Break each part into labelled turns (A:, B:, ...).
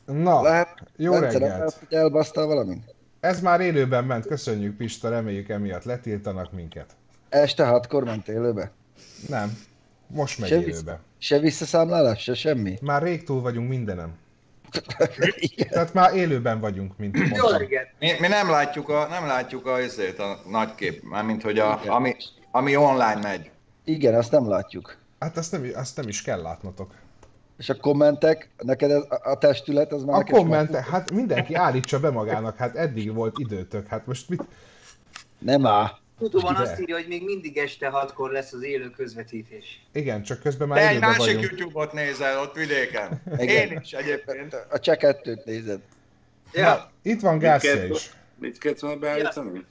A: Na,
B: Lehet,
A: jó
B: Bence, nem lehet,
A: reggelt!
B: hogy elbasztál valamit?
A: Ez már élőben ment, köszönjük Pista, reméljük emiatt letiltanak minket.
B: Este 6-kor ment élőbe?
A: Nem, most megy
B: Se, vissza,
A: élőbe.
B: se visszaszámlálás, se semmi?
A: Már rég túl vagyunk mindenem.
B: Igen.
A: Tehát már élőben vagyunk, mint
C: Jó
A: mondtam.
C: reggelt!
D: Mi nem látjuk a nagy kép, mármint hogy
B: Igen.
D: ami online megy.
B: Igen, azt nem látjuk.
A: Hát azt nem is kell látnotok.
B: És a kommentek, neked a testület, az már
A: A
B: neked
A: kommente, hát mindenki állítsa be magának, hát eddig volt időtök, hát most mit?
B: Nem áll.
C: Youtube-on azt
A: De.
C: írja, hogy még mindig este 6-kor lesz az élő közvetítés.
A: Igen, csak közben már
D: Te egy
A: élőben
D: másik
A: vagyunk.
D: YouTube-ot nézel ott vidéken.
B: Igen.
D: Én is egyébként.
B: A cseh kettőt nézed.
C: Ja,
A: Itt van Garcia is.
E: Mit kellett volna beállítani?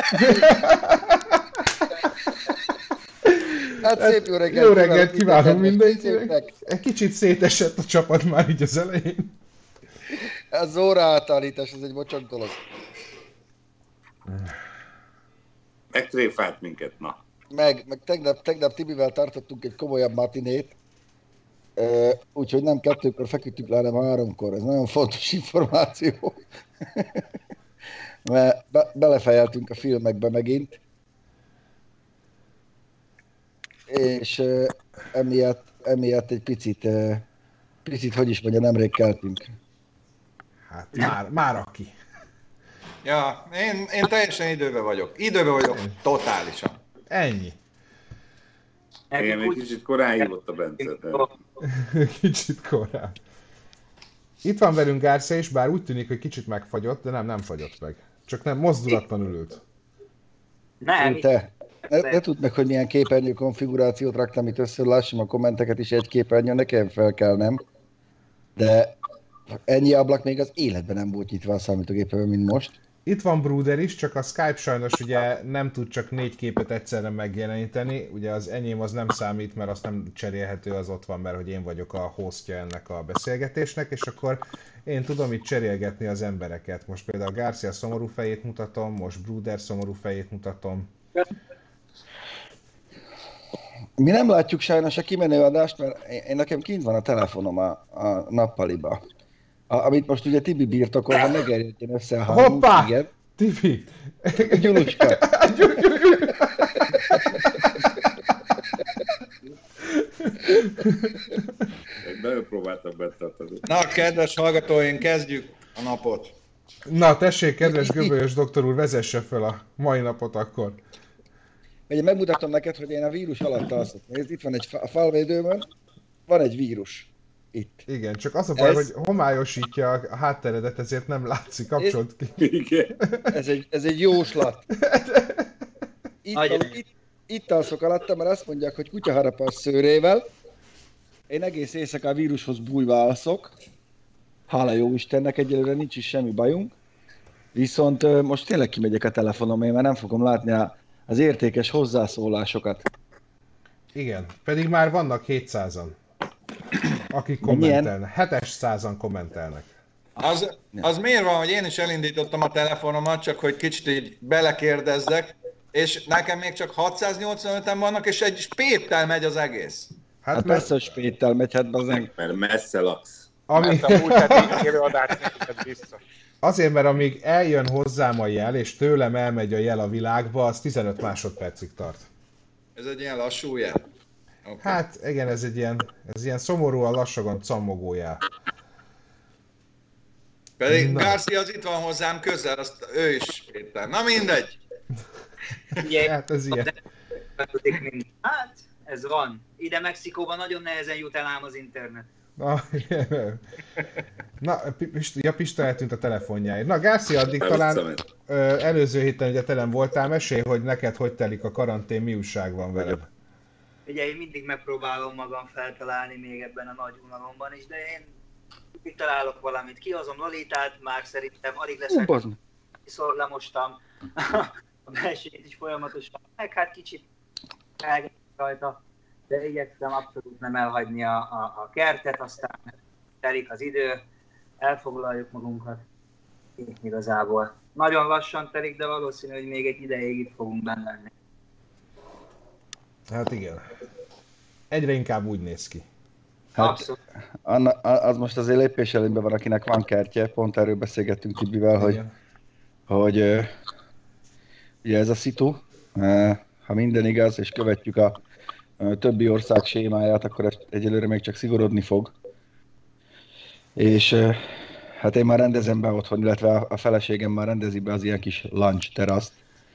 B: Hát szép jó reggelt!
A: Jó reggelt kívánunk mindenkinek!
B: mindenkinek!
A: Egy kicsit szétesett a csapat már így az elején.
B: Ez óra átállítás, ez egy mocsok dolog.
E: Megtréfált minket, na.
B: Meg tegnap Tibivel tartottunk egy komolyabb matinét, úgyhogy nem 2-kor feküdtünk le, hanem 3-kor. Ez nagyon fontos információ. Mert belefejeltünk a filmekbe megint. És emiatt egy picit, hogy is mondja, nemrég keltünk.
A: Hát már aki.
D: Ja, én teljesen időben vagyok. Időben vagyok, totálisan.
A: Ennyi.
E: Igen,
C: nekünk
E: egy
C: úgy...
E: kicsit korán hívott a Bence.
A: Kicsit korán. Itt van velünk Garcia is, bár úgy tűnik, hogy kicsit megfagyott, de nem fagyott meg. Csak nem mozdulatlanul ült.
C: Nem,
B: Te, ne tudd meg, hogy milyen képernyő konfigurációt raktam itt össze, lássam a kommenteket is egy képernyőn, nekem fel kell, nem? De ennyi ablak még az életben nem volt nyitva a számítógépemben, mint most.
A: Itt van Bruder is, csak a Skype sajnos ugye nem tud csak 4 képet egyszerre megjeleníteni. Ugye az enyém az nem számít, mert azt nem cserélhető, az ott van, mert hogy én vagyok a hostja ennek a beszélgetésnek, és akkor én tudom itt cserélgetni az embereket. Most például Garcia szomorú fejét mutatom, most Bruder szomorú fejét mutatom.
B: Mi nem látjuk sajnos a kimenő adást, mert én nekem kint van a telefonom a nappaliba. Amit most ugye Tibi birtokolva megerjedjen össze a hangunk.
A: Hoppá!
B: Igen.
A: Tibi!
B: Gyulucska.
E: Nagyon próbáltam betartani.
D: Na, kedves hallgatóink, kezdjük a napot.
A: Na tessék, kedves Göbölyös doktor úr, vezesse fel a mai napot akkor.
B: Ugye megmutatom neked, hogy én a vírus alatt alszok. Nézd, itt van a falvédőmön, van egy vírus. Itt.
A: Igen, csak az a baj,
B: Ez-
A: hogy homályosítja a hátteredet, ezért nem látszik, kapcsolt ki.
E: Igen.
B: Ez egy jóslat.
C: Nagyon.
B: Itt alszok alatta, mert azt mondják, hogy kutyaharapás szőrével. Én egész éjszaka a vírushoz bújva alszok. Hála jó Istennek, egyelőre nincs is semmi bajunk. Viszont most tényleg kimegyek a telefonomért, mert nem fogom látni az értékes hozzászólásokat.
A: Igen, pedig már vannak 700-an, akik
B: Mennyien?
A: kommentelnek. 700-an kommentelnek.
D: Az miért van, hogy én is elindítottam a telefonomat, csak hogy kicsit így belekérdezzek, és nekem még csak 685-en vannak, és egy spéttel megy az egész.
B: Hát
A: Hát
B: persze, hogy spéttel megy, hát bazen.
E: Mert messze laksz.
A: ami,
F: Mert a múlt heti élőadást nézted vissza.
A: azért, mert amíg eljön hozzám a jel, és tőlem elmegy a jel a világba, az 15 másodpercig tart.
D: Ez egy ilyen lassú jel. Okay.
A: Hát igen, ez ilyen szomorúan lassagon cammogó jel.
D: Pedig
A: Na.
D: Garcia az itt van hozzám közel, azt ő is spéttel. Na mindegy.
C: Ugye,
A: Hát ez ilyen.
C: hát, ez van. Ide Mexikóban nagyon nehezen jut el ám az internet.
A: Na, Pista eltűnt a telefonjáért. Na, Garcia, addig talán előző héten ugye te nem voltál, mesélj, hogy neked hogy telik a karantén, mi újság van veled.
C: Ugye én mindig megpróbálom magam feltalálni még ebben a nagy unalomban is, de én itt találok valamit. Kihozom Lolitát, már szerintem alig leszek, viszont lemostam a belsejét is folyamatosan, meg hát kicsit elgettem rajta, de igyekszem abszolút nem elhagyni a kertet, aztán telik az idő, elfoglaljuk magunkat. Igazából. Nagyon lassan telik, de valószínű, hogy még egy ideig itt fogunk benne lenni.
A: Hát igen. Egyre inkább úgy néz ki.
B: Hát,
C: Abszolút.
B: az most azért lépés előnyben van, akinek van kertje. Pont erről beszélgettünk Tibivel, hogy ugye ez a szitu, ha minden igaz, és követjük a többi ország sémáját, akkor ez egyelőre még csak szigorodni fog. És hát én már rendezem be otthon, illetve a feleségem már rendezi be az ilyen kis lunch teraszt.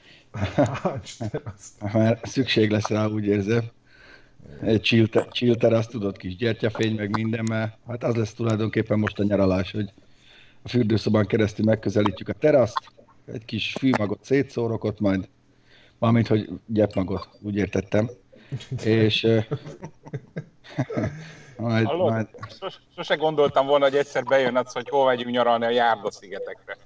B: Mert szükség lesz rá, úgy érzem. Egy chill teraszt, tudod, kis gyertyafény, meg minden, mert hát az lesz tulajdonképpen most a nyaralás, hogy a fürdőszobán keresztül megközelítjük a teraszt, egy kis fűmagot szétszórok ott majd, valamint, hogy gyepmagot, úgy értettem. És majd...
F: Sose gondoltam volna, hogy egyszer bejön az, hogy hol megyünk nyaralni a Járda-szigetekre.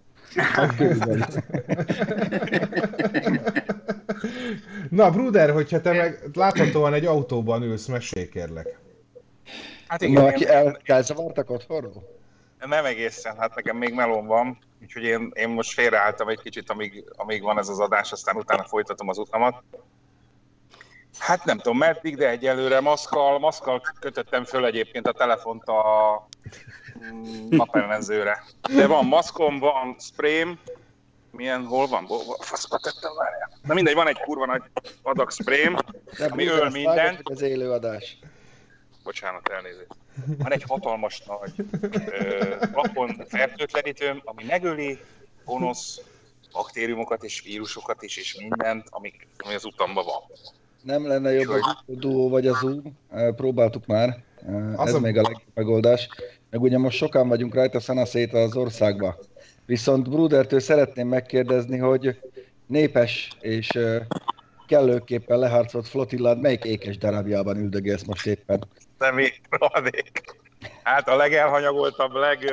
A: Na, Bruder, hogyha te meg láthatóan egy autóban ülsz, mesélj kérlek.
F: Hát igen,
B: elzavartak otthonról?
F: Nem egészen, hát nekem még melóm van, úgyhogy én most félreálltam egy kicsit, amíg van ez az adás, aztán utána folytatom az utamat. Hát nem tudom meddig, de egyelőre maszkkal kötöttem föl egyébként a telefont a napellenzőre. De van maszkom, van spraym, hol van? Faszba tettem, várjál. Na mindegy, van egy kurva nagy adag spraym, ami öl mindent.
B: Az élőadás.
F: Bocsánat, elnézést. Van egy hatalmas nagy vakon fertőtlenítőm, ami megöli gonosz baktériumokat és vírusokat is, és mindent, ami az utamban van.
B: Nem lenne jobb a Duo vagy a Zoom? Próbáltuk már. Ez még a legjobb megoldás. Meg ugye most sokan vagyunk rajta szanaszét az országba. Viszont Brudertől szeretném megkérdezni, hogy népes és kellőképpen leharcolt flotillád melyik ékes darabjában üldögélsz most éppen?
F: Semmi rohadék. Hát a legelhanyagoltabb,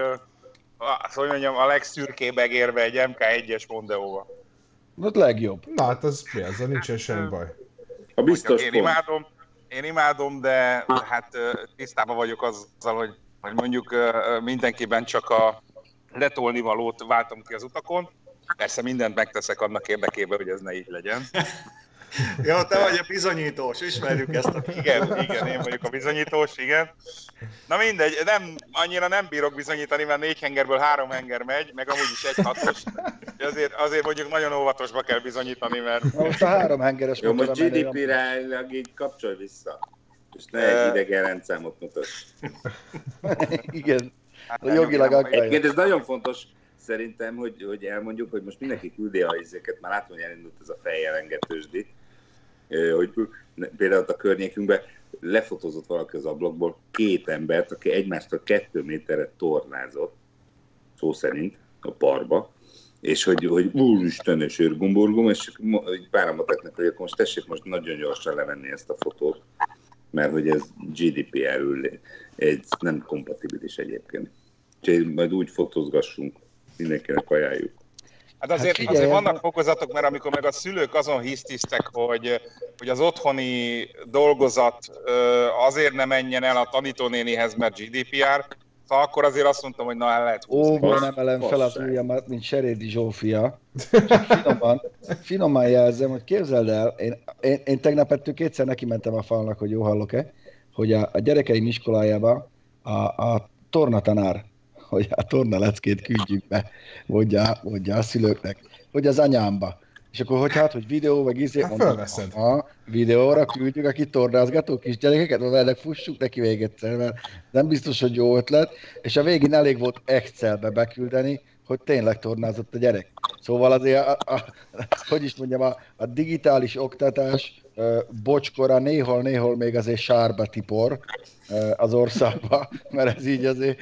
F: a legszürkébb egérbe egy MK1-es Mondeóba.
B: Ott legjobb.
A: Na hát az mi, azzal nincsen semmi baj.
E: A biztos
F: én imádom, de hát tisztában vagyok azzal, hogy mondjuk mindenkiben csak a letolnivalót váltom ki az utakon. Persze mindent megteszek annak érdekében, hogy ez ne így legyen.
D: Ja, te vagy a bizonyítós, ismerjük ezt.
F: Igen, én vagyok a bizonyítós, igen. Na mindegy, annyira nem bírok bizonyítani, mert 4 hengerből 3 henger megy, meg amúgy is egy 6-os. Azért mondjuk nagyon óvatosba kell bizonyítani, mert...
B: Most a 3 hengeres
E: motor. Jó, most GDP-re így kapcsolj vissza, és ne egy idegen rendszámot mutat.
B: Igen, hát jogilag aggályos.
E: Egyébként ez nagyon fontos, szerintem, hogy elmondjuk, hogy most mindenki küldi a izéket, már látom, hogy elindult ez a feljelengetősdi, hogy például a környékünkben lefotózott valaki az ablakból 2 embert, aki egymástól 2 méterre tornázott, szó szerint, a parba, és hogy úristen, és őrgumburgum, és páran mondták, hogy akkor most tessék most nagyon gyorsan levenni ezt a fotót, mert hogy ez GDPR-ül ez nem kompatibilis egyébként. Úgyhogy majd úgy fotózgassunk, mindenkinek ajánljuk.
F: Hát azért vannak fokozatok, mert amikor meg a szülők azon hisztisztek, hogy az otthoni dolgozat azért ne menjen el a tanítónénihez, mert GDPR, szóval akkor azért azt mondtam, hogy na el lehet húzni.
B: Nem emelem fel az ujjamat, mint Serédi Zsófia. Finoman jelzem, hogy képzeld el, én tegnap ettől 2-szer neki mentem a falnak, hogy jó hallok-e, hogy a gyerekeim iskolájában a tornatanár, hogy a tornaleckét küldjük be, mondja a szülőknek, hogy az anyámba. És akkor hogy videó, vagy izé,
A: fölveszed.
B: Videóra küldjük, aki tornázgató kis gyerekeket, mert fussuk neki még egyszer, mert nem biztos, hogy jó ötlet, és a végén elég volt Excelbe beküldeni, hogy tényleg tornázott a gyerek. Szóval azért, hogy is mondjam, a digitális oktatás bocskora néhol még azért sárba tipor az országba, mert ez így azért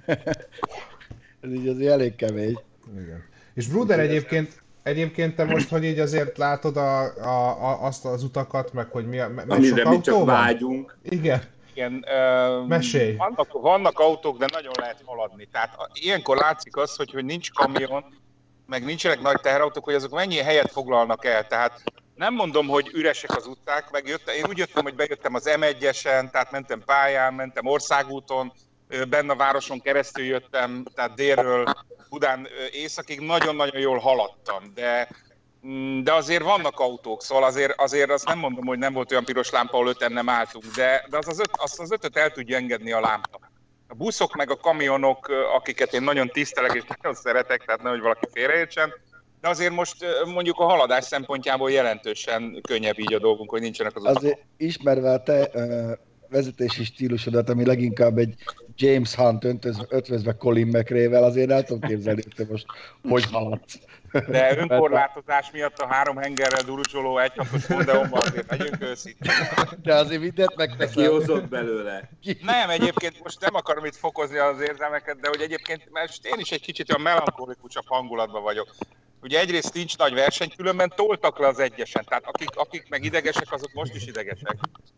B: elég kemény.
A: Igen. És Bruder, egyébként te most, hogy így azért látod azt az utakat, meg hogy
E: amire mi csak vágyunk.
A: Igen. Mesélj.
F: Vannak autók, de nagyon lehet haladni. Tehát ilyenkor látszik az, hogy nincs kamion, meg nincsenek nagy teherautók, hogy azok mennyi helyet foglalnak el. Tehát nem mondom, hogy üresek az utcák, én úgy jöttem, hogy bejöttem az M1-esen, tehát mentem pályán, mentem országúton, benne a városon keresztül jöttem, tehát délről Budán északig nagyon-nagyon jól haladtam, de de azért vannak autók, szóval azért azt nem mondom, hogy nem volt olyan piros lámpa, ahol 5-en nem álltunk, de azt az 5-öt el tudja engedni a lámpa. A buszok meg a kamionok, akiket én nagyon tisztelek és nagyon szeretek, tehát nehogy valaki félreértsen, de azért most mondjuk a haladás szempontjából jelentősen könnyebb így a dolgunk, hogy nincsenek az utak.
B: Azért ismerve a te vezetési stílusodat, ami leginkább egy James Hunt ötvözve Colin McRae-vel, azért el tudom képzelni, hogy te most hogy haladsz.
F: De önkorlátozás miatt a 3 hengerrel duruzsoló 1.6-os Mondeonban azért megyünk őszintén.
B: De azért mindent megteszem.
E: Kihozott belőle.
F: Nem, egyébként most nem akarom itt fokozni az érzelmeket, de hogy egyébként, mert én is egy kicsit olyan melankolikusabb hangulatban vagyok. Ugye egyrészt nincs nagy verseny, különben toltak le az egyesen, tehát akik meg idegesek, azok most is idegesek.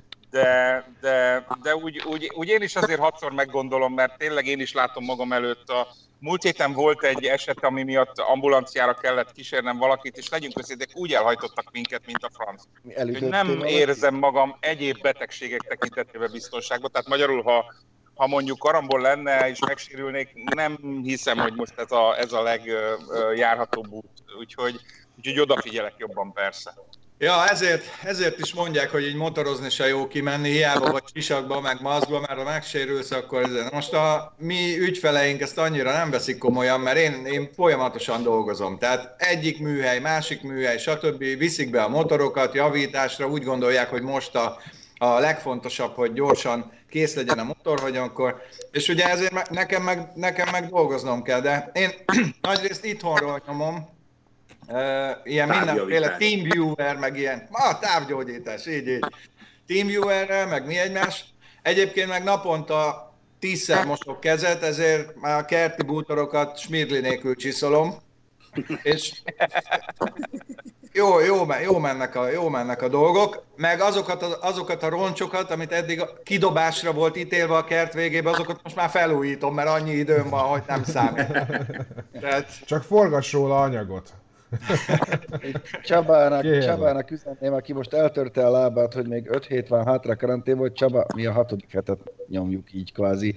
F: De úgy én is azért 6-szor meggondolom, mert tényleg én is látom magam előtt. A múlt héten volt egy eset, ami miatt ambulanciára kellett kísérnem valakit, és legyünk őszintén, úgy elhajtottak minket, mint a franc. Nem érzem magam egyéb betegségek tekintetében biztonságban, tehát magyarul, ha mondjuk karambol lenne és megsérülnék, nem hiszem, hogy most ez a legjárhatóbb út. Úgyhogy odafigyelek jobban persze.
D: Ja, ezért is mondják, hogy így motorozni se jó kimenni, hiába vagy sisakba, meg maszkba, mert ha megsérülsz, akkor ezért. Most a mi ügyfeleink ezt annyira nem veszik komolyan, mert én folyamatosan dolgozom. Tehát egyik műhely, másik műhely, stb. Viszik be a motorokat javításra, úgy gondolják, hogy most a legfontosabb, hogy gyorsan kész legyen a motor, hogy akkor... És ugye ezért nekem meg dolgoznom kell, de én nagyrészt itthonról nyomom, ilyen mindenféle TeamViewer, meg ilyen, távgyógyítás, így. TeamViewerrel, meg mi egymás. Egyébként meg naponta 10-szer mosok kezet, ezért már a kerti bútorokat smirli nélkül csiszolom. És jó mennek a dolgok, meg azokat a roncsokat, amit eddig kidobásra volt ítélve a kert végébe, azokat most már felújítom, mert annyi időm van, hogy nem számít. Tehát...
A: Csak forgass róla anyagot.
B: Csabának üzenném, aki most eltörte a lábát, hogy még 5 hét van hátra karantén volt. Csaba, mi a 6. hetet nyomjuk így kvázi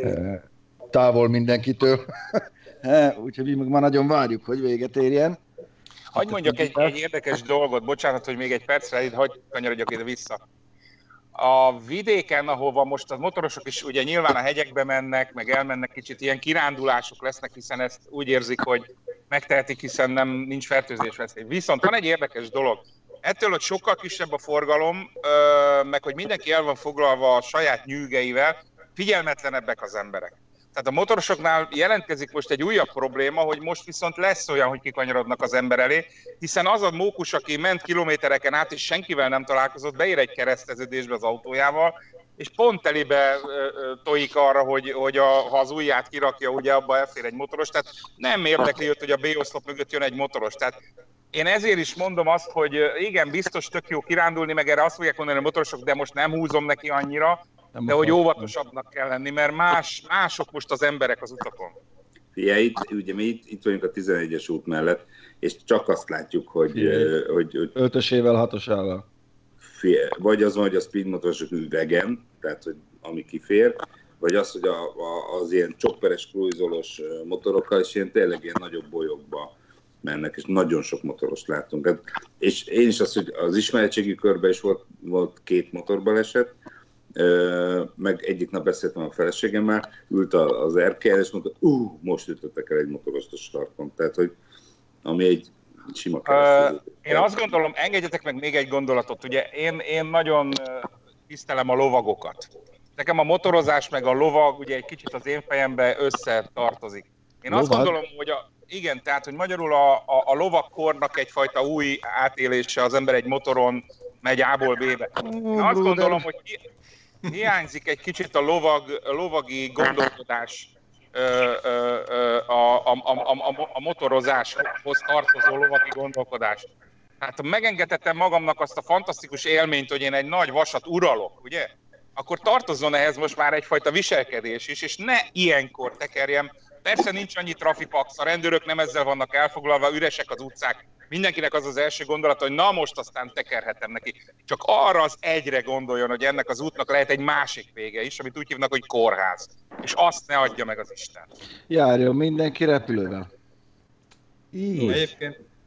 B: távol mindenkitől. Úgyhogy mi ma nagyon várjuk, hogy véget érjen.
F: Hagy mondjak egy érdekes dolgot, bocsánat, hogy még egy percre, hagy kanyarodjak ide vissza. A vidéken, ahova most a motorosok is ugye nyilván a hegyekbe mennek, meg elmennek kicsit, ilyen kirándulások lesznek, hiszen ezt úgy érzik, hogy megtehetik, hiszen nincs fertőzés veszély. Viszont van egy érdekes dolog. Ettől, hogy sokkal kisebb a forgalom, meg hogy mindenki el van foglalva a saját nyűgeivel, figyelmetlenebbek az emberek. Tehát a motorosoknál jelentkezik most egy újabb probléma, hogy most viszont lesz olyan, hogy kikanyarodnak az ember elé, hiszen az a mókus, aki ment kilométereken át, és senkivel nem találkozott, beér egy kereszteződésbe az autójával, és pont elébe tojik arra, hogy ha az ujját kirakja, ugye abba elfér egy motoros, tehát nem érdekli őt, hogy a B-oszlop mögött jön egy motoros. Tehát én ezért is mondom azt, hogy igen, biztos tök jó kirándulni, meg erre azt fogják mondani a motorosok, de most nem húzom neki annyira, de hogy óvatosabbnak kell lenni, mert mások most az emberek az utakon.
E: Figyelj, ugye mi itt vagyunk a 11-es út mellett, és csak azt látjuk, hogy
B: 5-ösével, 6-osával.
E: Vagy az van, hogy a speedmotorosok üvegen, tehát hogy ami kifér, vagy az, hogy az ilyen csopperes, krújzolós motorokkal is ilyen tényleg ilyen nagyobb bolyokba mennek, és nagyon sok motorost látunk. És én is azt, hogy az ismeretségi körben is volt 2 motorbaleset, meg egyik nap beszéltem a feleségemmel, ült az erkelyen, és mondta, most ütöttek el egy motorost a sarkon. Tehát, hogy ami egy sima keresztül.
F: Én azt gondolom, engedjetek meg még egy gondolatot. Ugye én nagyon tisztelem a lovagokat. Nekem a motorozás meg a lovag ugye egy kicsit az én fejembe összetartozik. Én azt gondolom, hogy igen, tehát, hogy magyarul a lovagkornak egyfajta új átélése, az ember egy motoron megy A-ból B-be. Én azt gondolom, hogy hiányzik egy kicsit a lovagi gondolkodás a motorozáshoz tartozó lovagi gondolkodás. Hát megengedhetem magamnak azt a fantasztikus élményt, hogy én egy nagy vasat uralok, ugye? Akkor tartozzon ehhez most már egyfajta viselkedés is, és ne ilyenkor tekerjem. Persze nincs annyi trafipax, a rendőrök nem ezzel vannak elfoglalva, üresek az utcák. Mindenkinek az az első gondolata, hogy na most aztán tekerhetem neki. Csak arra az egyre gondoljon, hogy ennek az útnak lehet egy másik vége is, amit úgy hívnak, hogy kórház. És azt ne adja meg az Isten.
B: Járjon mindenki repülővel.
D: Egyébként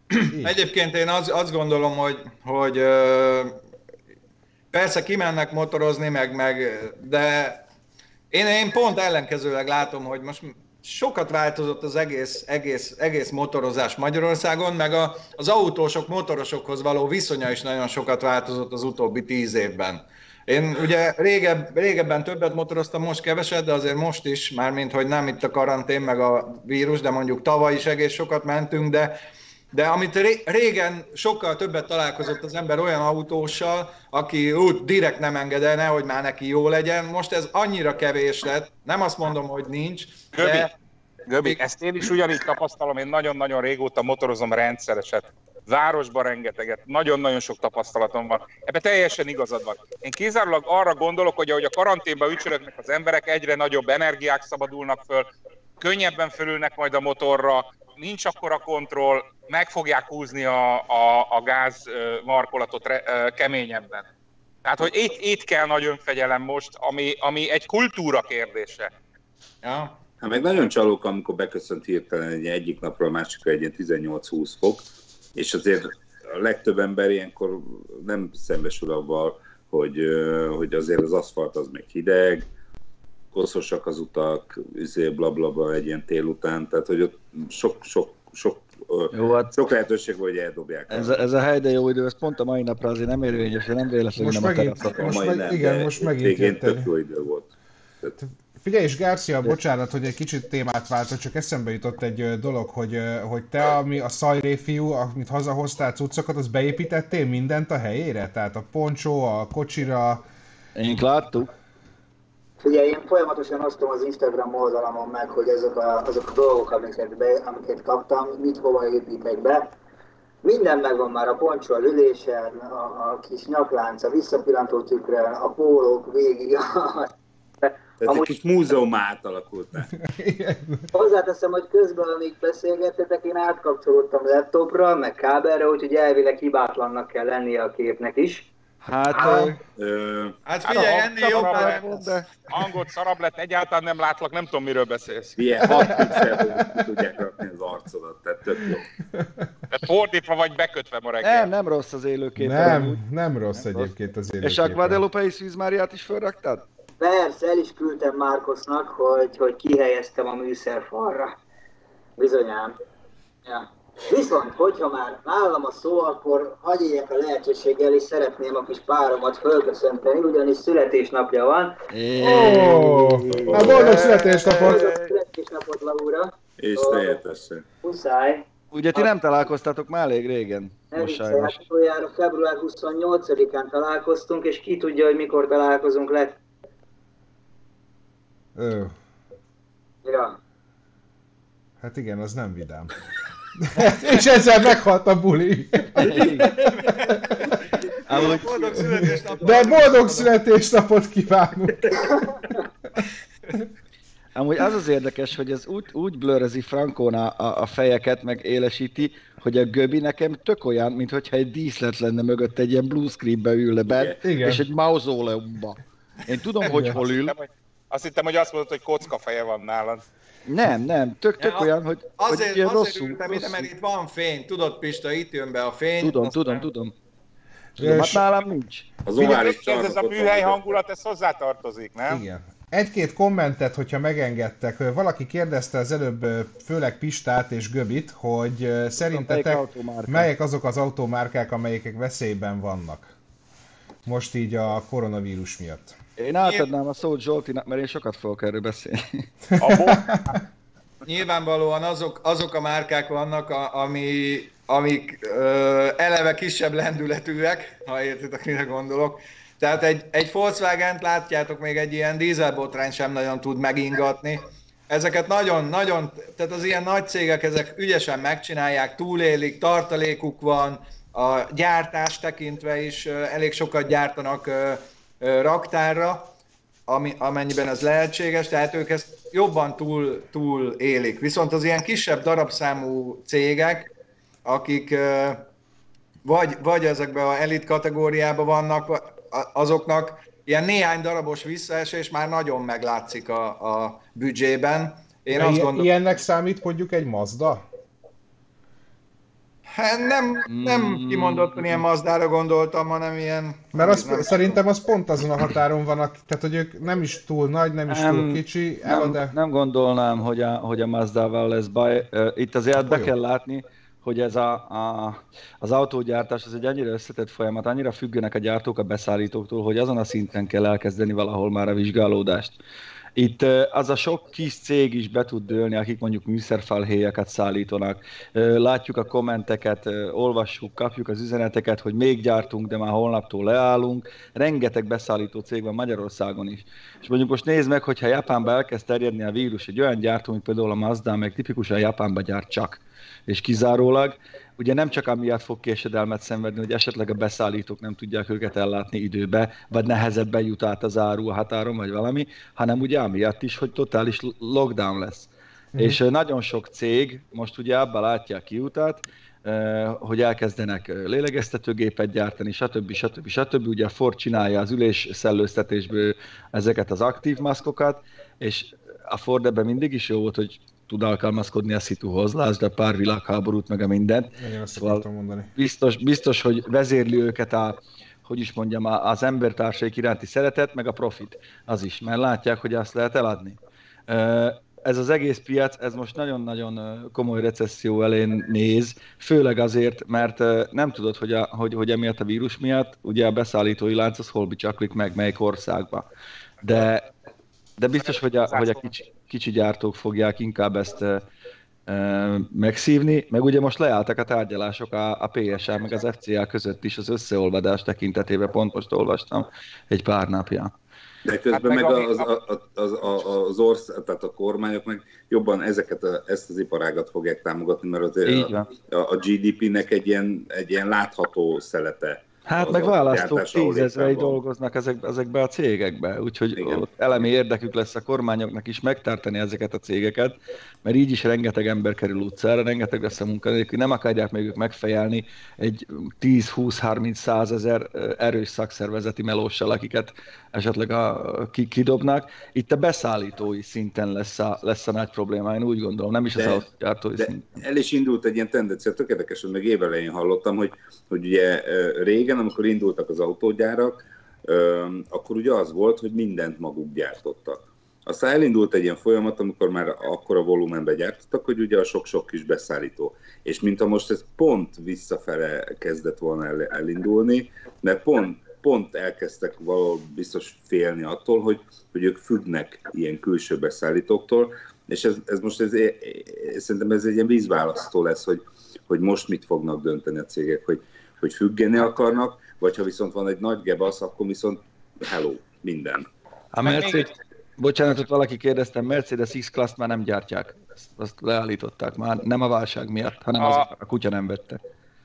D: Egyébként én azt gondolom, hogy persze kimennek motorozni, de én pont ellenkezőleg látom, hogy most sokat változott az egész motorozás Magyarországon, meg az autósok, motorosokhoz való viszonya is nagyon sokat változott az utóbbi 10 évben. Én ugye régebben többet motoroztam, most keveset, de azért most is, mármint hogy nem itt a karantén, meg a vírus, de mondjuk tavaly is egész sokat mentünk, de amit régen sokkal többet találkozott az ember olyan autóssal, aki úgy direkt nem enged, nehogy már neki jó legyen, most ez annyira kevés lett, nem azt mondom, hogy nincs, de...
F: Göbi, ezt én is ugyanígy tapasztalom, én nagyon-nagyon régóta motorozom rendszereset, városban rengeteget, nagyon-nagyon sok tapasztalatom van. Ebben teljesen igazad van. Én kizárólag arra gondolok, hogy ahogy a karanténban ücsörögnek az emberek, egyre nagyobb energiák szabadulnak föl, könnyebben fölülnek majd a motorra, nincs akkora kontroll, meg fogják húzni a gáz markolatot keményebben. Tehát, hogy itt kell nagy önfegyelem most, ami egy kultúra kérdése.
D: Ja.
E: Hát meg nagyon csalók, amikor beköszönt hirtelen egyik napról a másikra egy ilyen 18-20 fok, és azért a legtöbb ember ilyenkor nem szembesül avval, hogy azért az aszfalt az még hideg, koszosak az utak, blablabla egy ilyen tél után, tehát hogy ott sok lehetőség volt, hogy eldobják.
B: Ez a hely, de jó idő, ez pont a mai napra azért nem érvényes, nem véletlenül nem a teraszat.
A: Most megint jött
E: tök jó idő volt.
A: Figyelj is, Garcia, bocsánat, hogy egy kicsit témát váltott, csak eszembe jutott egy dolog, hogy te, ami a szajré fiú, amit hazahoztál cuccokat, az beépítettél mindent a helyére? Tehát a poncsó, a kocsira...
B: Én láttuk.
C: Ugye én folyamatosan osztom az Instagram oldalamon meg, hogy azok a dolgok, amiket kaptam, mit hova építek be. Minden megvan már, a poncsó, a lülésen, a kis nyaklánc, a visszapillantó tükrön, a pólók végig.
E: Tehát egy kis múzeum átalakultál.
C: Hozzáteszem, hogy közben, amíg beszélgettetek, én átkapcsolódtam laptopra, meg kábelre, úgyhogy elvileg hibátlannak kell lennie a képnek is.
D: Hát figyelj, ennél jobb
F: de... Hangot szarabb lett, egyáltalán nem látlak, nem tudom, miről beszélsz.
E: Ilyen 6 pixelből tudják rakni az arcodat, tehát tök jó.
F: Tehát fordítva vagy bekötve ma reggel.
B: Nem rossz az élőkép.
A: Nem rossz egyébként az élőkép.
B: És a Guadalupe Szűz Máriát is felraktad?
C: Persze, el is küldtem Márkosznak, hogy kihelyeztem a műszerfalra. Bizonyám. Ja. Viszont, hogyha már nálam a szó, akkor hagyj éljek a lehetőséggel, és szeretném a kis páromat fölköszönteni, ugyanis születésnapja van.
A: Na, boldog születésnapot!
C: Boldog születésnapot, Laura!
E: És teljesen.
C: Muszáj.
B: Ugye ti nem találkoztatok már elég régen?
C: Utoljára február 28-án találkoztunk, és ki tudja, hogy mikor találkozunk le. Ja.
A: Hát igen, az nem vidám. És ezzel meghalt a buli. De boldog születésnapot kívánunk!
B: Amúgy az érdekes, hogy ez úgy blurrezi Frankón a fejeket, meg élesíti, hogy a Göbi nekem tök olyan, mintha egy díszlet lenne mögött, egy ilyen blue screenbe ülne be, és egy mauzóleumba. Én tudom, hogy hol ül.
F: Azt hittem, hogy azt mondod, hogy kocka feje van nálad.
B: Nem, tök olyan, hogy
D: azért
B: rosszul.
D: Ültem ide, mert itt van fény. Tudod, Pista, itt jön be a fény.
B: Tudom. Hát nálam nincs.
E: Az ovális
F: ez a műhely hangulat, ez hozzátartozik, nem?
A: Igen. Egy-két kommentet, hogyha megengedtek. Valaki kérdezte az előbb, főleg Pistát és Göbit, hogy szerintetek melyek azok az automárkák, amelyek veszélyben vannak. Most így a koronavírus miatt.
B: Én átadnám a szót Zsoltinak, mert én sokat fogok erről beszélni.
D: Nyilvánvalóan azok a márkák vannak, amik eleve kisebb lendületűek, ha értitek, mire gondolok. Tehát egy Volkswagen-t látjátok, még egy ilyen dízelbotrány sem nagyon tud megingatni. Ezeket nagyon, tehát az ilyen nagy cégek, ezek ügyesen megcsinálják, túlélik, tartalékuk van, a gyártást tekintve is elég sokat gyártanak raktárra, amennyiben ez lehetséges, tehát ők ezt jobban túl élik. Viszont az ilyen kisebb darabszámú cégek, akik vagy ezekben az elit kategóriában vannak, azoknak ilyen néhány darabos visszaesés már nagyon meglátszik a büdzsében.
A: Ilyennek számít mondjuk egy Mazda?
D: Hát nem kimondottan ilyen Mazdára gondoltam, hanem ilyen...
A: Mert szerintem az pont azon a határon van, tehát hogy ők nem is túl nagy, nem is túl kicsi.
B: Nem gondolnám, hogy a Mazdával lesz baj. Itt azért be kell látni, hogy ez az autógyártás az egy annyira összetett folyamat, annyira függenek a gyártók a beszállítóktól, hogy azon a szinten kell elkezdeni valahol már a vizsgálódást. Itt az a sok kis cég is be tud dőlni, akik mondjuk műszerfalhéjeket szállítanak. Látjuk a kommenteket, olvassuk, kapjuk az üzeneteket, hogy még gyártunk, de már holnaptól leállunk. Rengeteg beszállító cég van Magyarországon is. És mondjuk most nézd meg, hogyha Japánba elkezd terjedni a vírus, egy olyan gyártó, mint például a Mazda, meg tipikusan Japánba gyárt csak, és kizárólag, ugye nem csak amiatt fog késedelmet szenvedni, hogy esetleg a beszállítók nem tudják őket ellátni időbe, vagy nehezebben jut át az áru a határon, vagy valami, hanem ugye amiatt is, hogy totális lockdown lesz. És nagyon sok cég most ugye abban látja a kiutat, hogy elkezdenek lélegeztetőgépet gyártani, stb. Ugye a Ford csinálja az ülésszellőztetésből ezeket az aktív maszkokat, és a Ford ebben mindig is jó volt, hogy tud alkalmazkodni a szituhoz, lásd a pár világháborút, meg a mindent.
A: Szóval
B: biztos, hogy vezérli őket az embertársaik iránti szeretet, meg a profit. Az is, mert látják, hogy azt lehet eladni. Ez az egész piac, ez most nagyon-nagyon komoly recesszió elén néz, főleg azért, mert nem tudod, hogy emiatt a vírus miatt, ugye a beszállítói lánc az hol bicsaklik meg, melyik országba. De biztos, hogy a kicsi gyártók fogják inkább ezt megszívni, meg ugye most leálltak a tárgyalások a PSA meg az FCA között is az összeolvadás tekintetében, pont most olvastam egy pár napja.
E: De közben meg az ország, tehát a kormányok meg jobban ezt az iparágat fogják támogatni, mert azért a GDP-nek egy ilyen látható szelete.
B: Hát meg választók 10 000 dolgoznak ezekbe a cégekbe, úgyhogy elemi érdekük lesz a kormányoknak is megtartani ezeket a cégeket, mert így is rengeteg ember kerül utcára, rengeteg lesz a munkanélkül, nem akarják még ők megfejelni egy 10-20-30-100 ezer erős szakszervezeti melóssal, akiket esetleg kidobnak. Itt a beszállítói szinten lesz a nagy probléma, én úgy gondolom, nem is az autógyártói szinten.
E: El is indult egy ilyen tendencia, tök érdekes, hogy meg évelején hallottam, hogy ugye régen, amikor indultak az autógyárak, akkor ugye az volt, hogy mindent maguk gyártottak. Aztán elindult egy ilyen folyamat, amikor már akkora volumenben gyártottak, hogy ugye a sok-sok kis beszállító. És mintha most ez pont visszafele kezdett volna elindulni, mert pont elkezdtek valahol biztos félni attól, hogy ők függnek ilyen külső beszállítóktól, és szerintem ez egy ilyen vízválasztó lesz, hogy most mit fognak dönteni a cégek, hogy függeni akarnak, vagy ha viszont van egy nagy gebasz, akkor viszont hello, minden.
B: A Mercedes, bocsánatot, valaki kérdezte, Mercedes X-Class-t már nem gyártják. Azt leállították már, nem a válság miatt, hanem a kutya nem vette.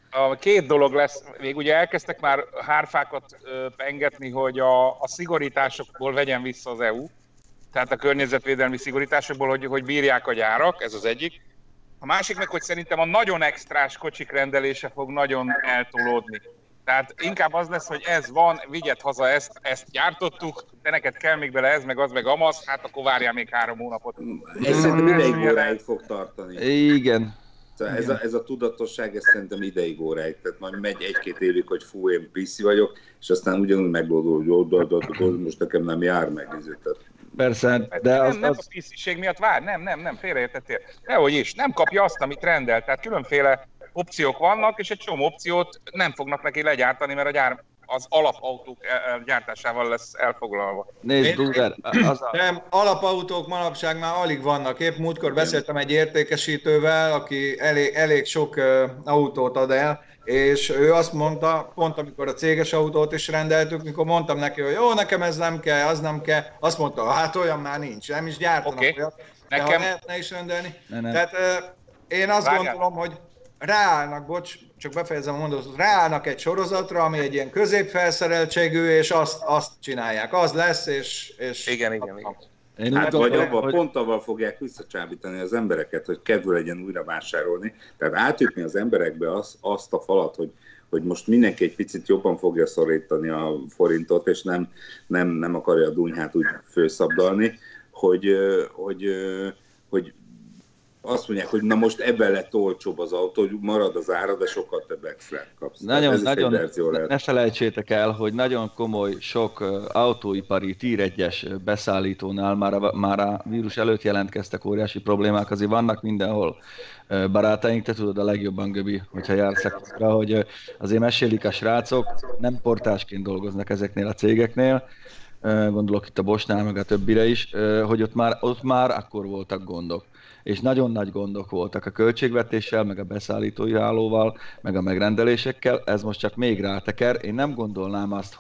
F: Két dolog lesz, még ugye elkezdtek már hárfákat pengetni, hogy a szigorításokból vegyen vissza az EU, tehát a környezetvédelmi szigorításokból, hogy bírják a gyárak, ez az egyik. A másik meg, hogy szerintem a nagyon extrás kocsik rendelése fog nagyon eltolódni. Tehát inkább az lesz, hogy ez van, vigyed haza ezt gyártottuk, de neked kell még bele ez, meg az, meg amaz, hát akkor várjál még 3 hónapot.
E: Ez szerintem ideig óráig fog tartani.
B: Igen.
E: Ez a tudatosság, ez szerintem ideig óráig. Tehát majd megy 1-2 évig, hogy fú, én piszi vagyok, és aztán ugyanúgy meglódul, hogy most nekem nem jár meg.
B: Persze, de
F: nem a pisziség miatt vár, nem, félreértettél. Dehogy is, nem kapja azt, amit rendel, tehát különféle opciók vannak, és egy csomó opciót nem fognak neki legyártani, mert a gyár az alapautók gyártásával lesz elfoglalva.
B: Nézd, Bruder,
D: Nem, alapautók manapság már alig vannak. Épp múltkor beszéltem egy értékesítővel, aki elég sok autót ad el, és ő azt mondta, pont amikor a céges autót is rendeltük, mikor mondtam neki, hogy jó, nekem ez nem kell, az nem kell, azt mondta, hát olyan már nincs, nem is gyártanak olyat, de ha lehetne is rendelni. Tehát én azt gondolom, hogy ráállnak, csak befejezem a mondatot, ráállnak egy sorozatra, ami egy ilyen középfelszereltségű, és azt csinálják. Az lesz, és...
F: Igen.
E: Hát vagy pont avval fogják visszacsábítani az embereket, hogy kedve legyen újra vásárolni. Tehát átütni az emberekbe azt a falat, hogy most mindenki egy picit jobban fogja szorítani a forintot, és nem akarja a dunyhát úgy főszabdalni, hogy azt mondják, hogy na most ebben lett olcsóbb az autó, hogy marad az ára, de sokkal több extrát kapsz.
B: Nagyon, ne felejtsétek el, hogy nagyon komoly, sok autóipari Tier 1-es beszállítónál már a vírus előtt jelentkeztek óriási problémák, azért vannak mindenhol barátaink, te tudod a legjobban, Göbi, hogyha jársz rá, hogy azért mesélik a srácok, nem portásként dolgoznak ezeknél a cégeknél, gondolok itt a Boschnál, meg a többire is, hogy ott már akkor voltak gondok. És nagyon nagy gondok voltak a költségvetéssel, meg a beszállítói hálóval, meg a megrendelésekkel, ez most csak még ráteker. Én nem gondolnám azt,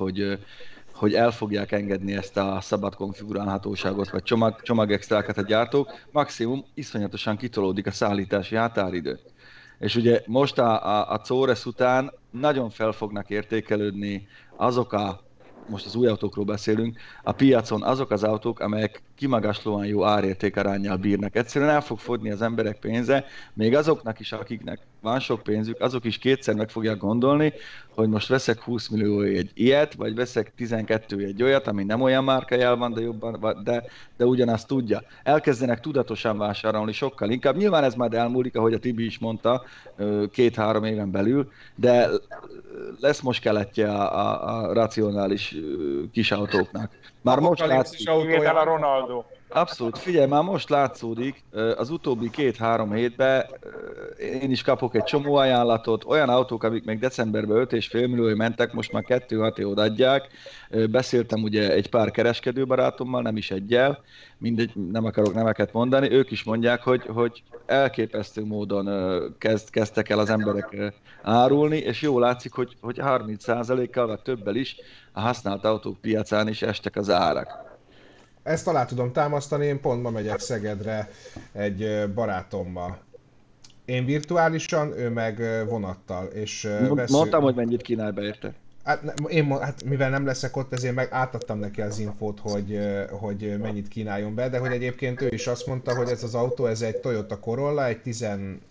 B: hogy el fogják engedni ezt a szabad konfigurálhatóságot, vagy csomagextrákat a gyártók, maximum iszonyatosan kitolódik a szállítási határidő. És ugye most a CORES után nagyon fel fognak értékelődni azok most az új autókról beszélünk, a piacon azok az autók, amelyek kimagaslóan jó árértékaránnyal bírnak. Egyszerűen el fog fogyni az emberek pénze, még azoknak is, akiknek van sok pénzük, azok is kétszer meg fogják gondolni, hogy most veszek 20 millió egy ilyet, vagy veszek 12 egy olyat, ami nem olyan márkajel van, de jobban, de ugyanazt tudja. Elkezdenek tudatosan vásárolni sokkal inkább. Nyilván ez majd elmúlik, ahogy a Tibi is mondta, 2-3 éven belül, de lesz most keletje a racionális kis autóknak. Már most látszik.
F: A Ronaldo.
B: Abszolút, figyelj, már most látszódik, az utóbbi 2-3 hétben én is kapok egy csomó ajánlatot, olyan autók, amik még decemberben 5,5 milliói mentek, most már 2-6 évad adják. Beszéltem ugye egy pár kereskedő barátommal, nem is egyel, mindegy, nem akarok neveket mondani, ők is mondják, hogy elképesztő módon kezdtek el az emberek árulni, és jól látszik, hogy 30%-kal vagy többel is a használt autók piacán is estek az árak.
A: Ezt alá tudom támasztani, én pont ma megyek Szegedre egy barátommal. Én virtuálisan, ő meg vonattal. És
B: mondtam, hogy mennyit kínál be érte.
A: Hát mivel nem leszek ott, ezért meg átadtam neki az infót, hogy mennyit kínáljon be, de hogy egyébként ő is azt mondta, hogy ez az autó, ez egy Toyota Corolla, egy 10...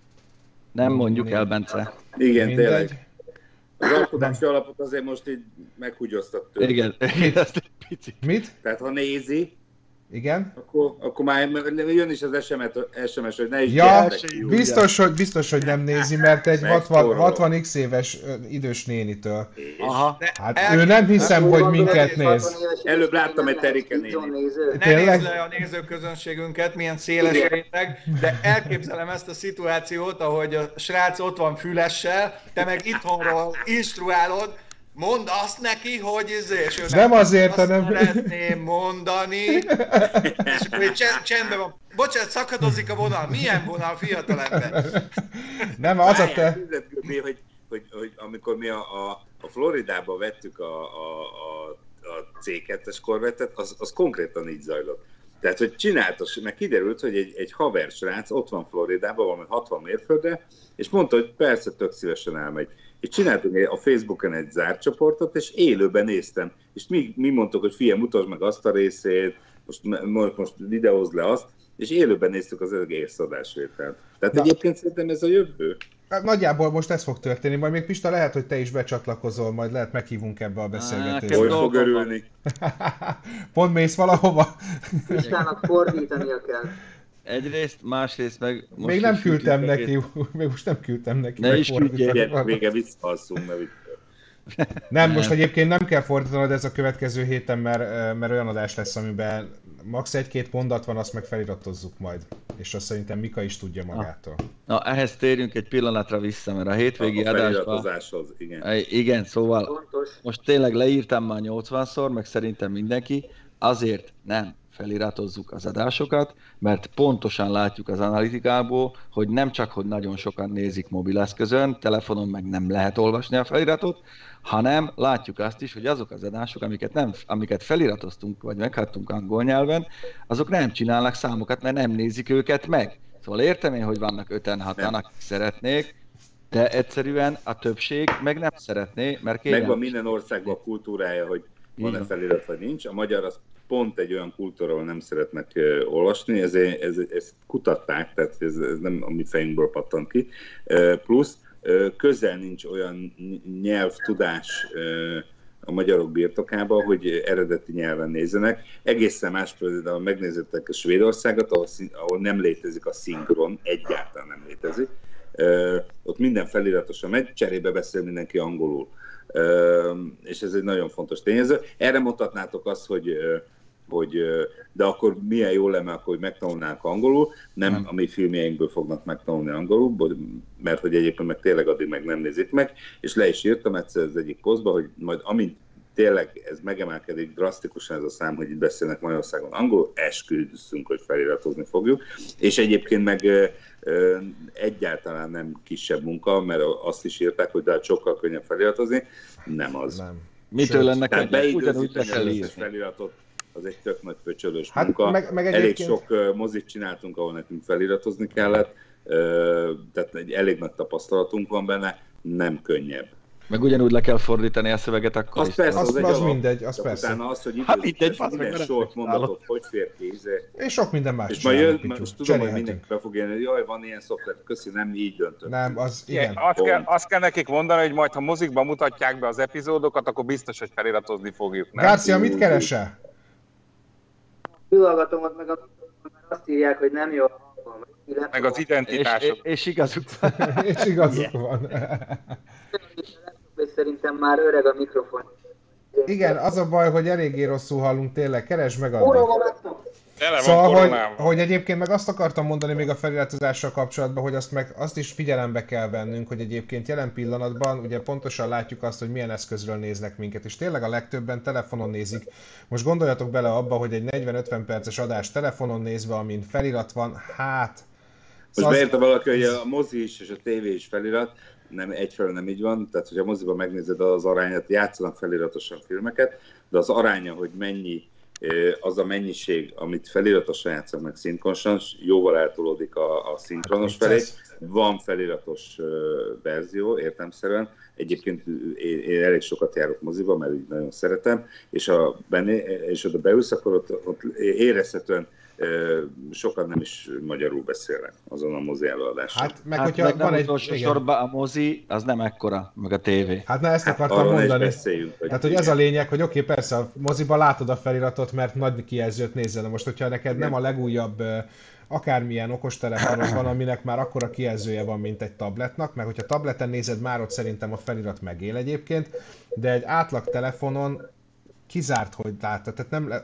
B: Nem mondjuk el, Bence.
E: Igen,
A: mindegy.
E: Tényleg. Az alkotási alapot azért most így meghúgyoztat tőle.
B: Igen, ezt egy picit.
A: Mit?
E: Tehát ha nézi,
A: igen?
E: Akkor már jön is az SMS, hogy ne is
A: biztos, hogy nem nézi, mert egy 60x éves idős nénitől.
B: Aha.
A: Hát ő nem hiszem, hogy minket néz.
E: Előbb láttam egy Terike néni.
D: Ne nézd le a nézőközönségünket, milyen széles réteg, de elképzelem ezt a szituációt, ahogy a srác ott van fülessel, te meg itthonról instruálod, mondd azt neki, hogy és
A: nem azért, hanem...
D: szeretném mondani, és akkor így csendben van. Bocsánat, szakadozik a vonal. Milyen vonal, fiatalember?
A: Nem, az a te...
E: Hogy amikor mi a Floridában vettük a C2-es korvettet, az konkrétan így zajlott. Tehát, hogy csináltas, meg kiderült, hogy egy haver srác ott van Floridában, valami 60 mérföldre, és mondta, hogy persze, tök szívesen elmegy. És csináltunk a Facebookon egy zárt csoportot, és élőben néztem. És mi mondtuk, hogy figyelj, mutasd meg azt a részét, most videózd le azt, és élőben néztük az egész adásvételt. Tehát egyébként szerintem ez a jövő.
A: Nagyjából most ez fog történni, majd még Pista lehet, hogy te is becsatlakozol, majd lehet meghívunk ebbe a beszélgetésbe.
E: Hogy fog örülni?
A: Pont mész valahova?
C: Pistának fordítania kell.
B: Egyrészt, másrészt meg... Most
A: még nem küldtem neki, még most nem küldtem neki.
B: Ne is küldjél.
E: Vége visszaalszunk,
A: Nem, most egyébként nem kell fordítanod ez a következő héten, mert olyan adás lesz, amiben max. 1-2 mondat van, azt meg feliratozzuk majd. És azt szerintem Mika is tudja magától.
B: Na, ehhez térjünk egy pillanatra vissza, mert a hétvégi adásban... Igen, szóval fontos. Most tényleg leírtam már 80-szor, meg szerintem mindenki, azért nem feliratozzuk az adásokat, mert pontosan látjuk az analitikából, hogy nem csak, hogy nagyon sokan nézik mobileszközön, telefonon meg nem lehet olvasni a feliratot, hanem látjuk azt is, hogy azok az adások, amiket feliratoztunk, vagy meghattunk angol nyelven, azok nem csinálnak számokat, mert nem nézik őket meg. Szóval értem én, hogy vannak 5-6-an, akik szeretnék, de egyszerűen a többség meg nem szeretné, mert kényelmes.
E: Megvan minden országban a kultúrája, hogy van-e felirat, vagy nincs. A magyar az pont egy olyan kultúra, ahol nem szeretnek olvasni, ezt kutatták, tehát ez nem a mi fejünkből pattant ki. Plusz közel nincs olyan nyelvtudás a magyarok birtokába, hogy eredeti nyelven nézzenek. Egészen más például megnézettek a Svédországot, ahol nem létezik a szinkron, egyáltalán nem létezik. Ott minden feliratosan megy, cserébe beszél mindenki angolul. És ez egy nagyon fontos tényező. Erre mutatnátok azt, hogy de akkor milyen jó lenne, akkor, hogy megtanulnánk angolul, nem a mi filmjeinkből fognak megtanulni angolul, mert hogy egyébként meg tényleg addig meg nem nézik meg, és le is írtam egyszer az egyik posztba, hogy majd amint tényleg ez megemelkedik drasztikusan ez a szám, hogy itt beszélnek Magyarországon angolul, esküszünk, hogy feliratozni fogjuk, és egyébként meg egyáltalán nem kisebb munka, mert azt is írták, hogy de sokkal könnyebb feliratozni, nem az. Nem.
B: Mitől lenne
E: könnyebb? Ugyanúgy le kell írni. Feliratot, az egy tök nagy pöcsölős munka. Meg elég sok mozit csináltunk, ahol nekünk feliratozni kellett, tehát egy elég nagy tapasztalatunk van benne, nem könnyebb.
B: Meg ugyanúgy le kell fordítani a szöveget, akkor
E: az persze,
A: az mindegy, az persze.
E: Utána az, hogy minden sort mondatot, hogy fér kézzel.
A: És sok minden más.
E: És majd tudom, hogy mindenki be fog élni, hogy jaj, van ilyen szoftver, köszi, nem így döntött.
A: Nem, az igen.
F: Azt kell nekik mondani, hogy majd ha mozikban mutatják be az epizódokat, akkor biztos, hogy feliratozni fogjuk.
A: Garcia, mit keresel?
C: Fülhallgatom ott meg azt írják, hogy nem jó.
F: Meg az identitások.
B: És igazuk van.
A: És igazuk van.
C: És szerintem már öreg a mikrofon.
A: Igen, az a baj, hogy eléggé rosszul hallunk, tényleg, keresd meg addig.
F: Szóval,
A: hogy egyébként meg azt akartam mondani még a feliratozással kapcsolatban, hogy azt is figyelembe kell vennünk, hogy egyébként jelen pillanatban ugye pontosan látjuk azt, hogy milyen eszközről néznek minket, és tényleg a legtöbben telefonon nézik. Most gondoljatok bele abba, hogy egy 40-50 perces adás telefonon nézve, amin felirat van, hát...
E: Most beírta valaki, hogy a mozi is és a tévé is felirat, nem egyfelől nem így van, tehát hogyha a moziban megnézed az arányát, játszanak feliratosan filmeket, de az aránya, hogy mennyi az a mennyiség, amit feliratosan játszanak meg szinkronosan, jóval eltolódik a szinkronos felé. Van feliratos verzió, értelemszerűen. Egyébként én elég sokat járok moziba, mert így nagyon szeretem, és oda beülsz, akkor ott érezhetően sokan nem is magyarul beszélnek azon a mozi előadáson.
A: Hát meg hogyha van egy...
B: sorban a mozi, az nem ekkora, meg a tévé.
A: Hát na ezt akartam mondani. Tehát, hogy ez a lényeg, hogy oké, persze a moziban látod a feliratot, mert nagy kijelzőt nézzel. Most, hogyha neked nem a legújabb akármilyen okostelefonod van, aminek már akkora kijelzője van, mint egy tabletnak, meg hogyha tableten nézed, már ott szerintem a felirat megél egyébként, de egy átlag telefonon kizárt, hogy látod, tehát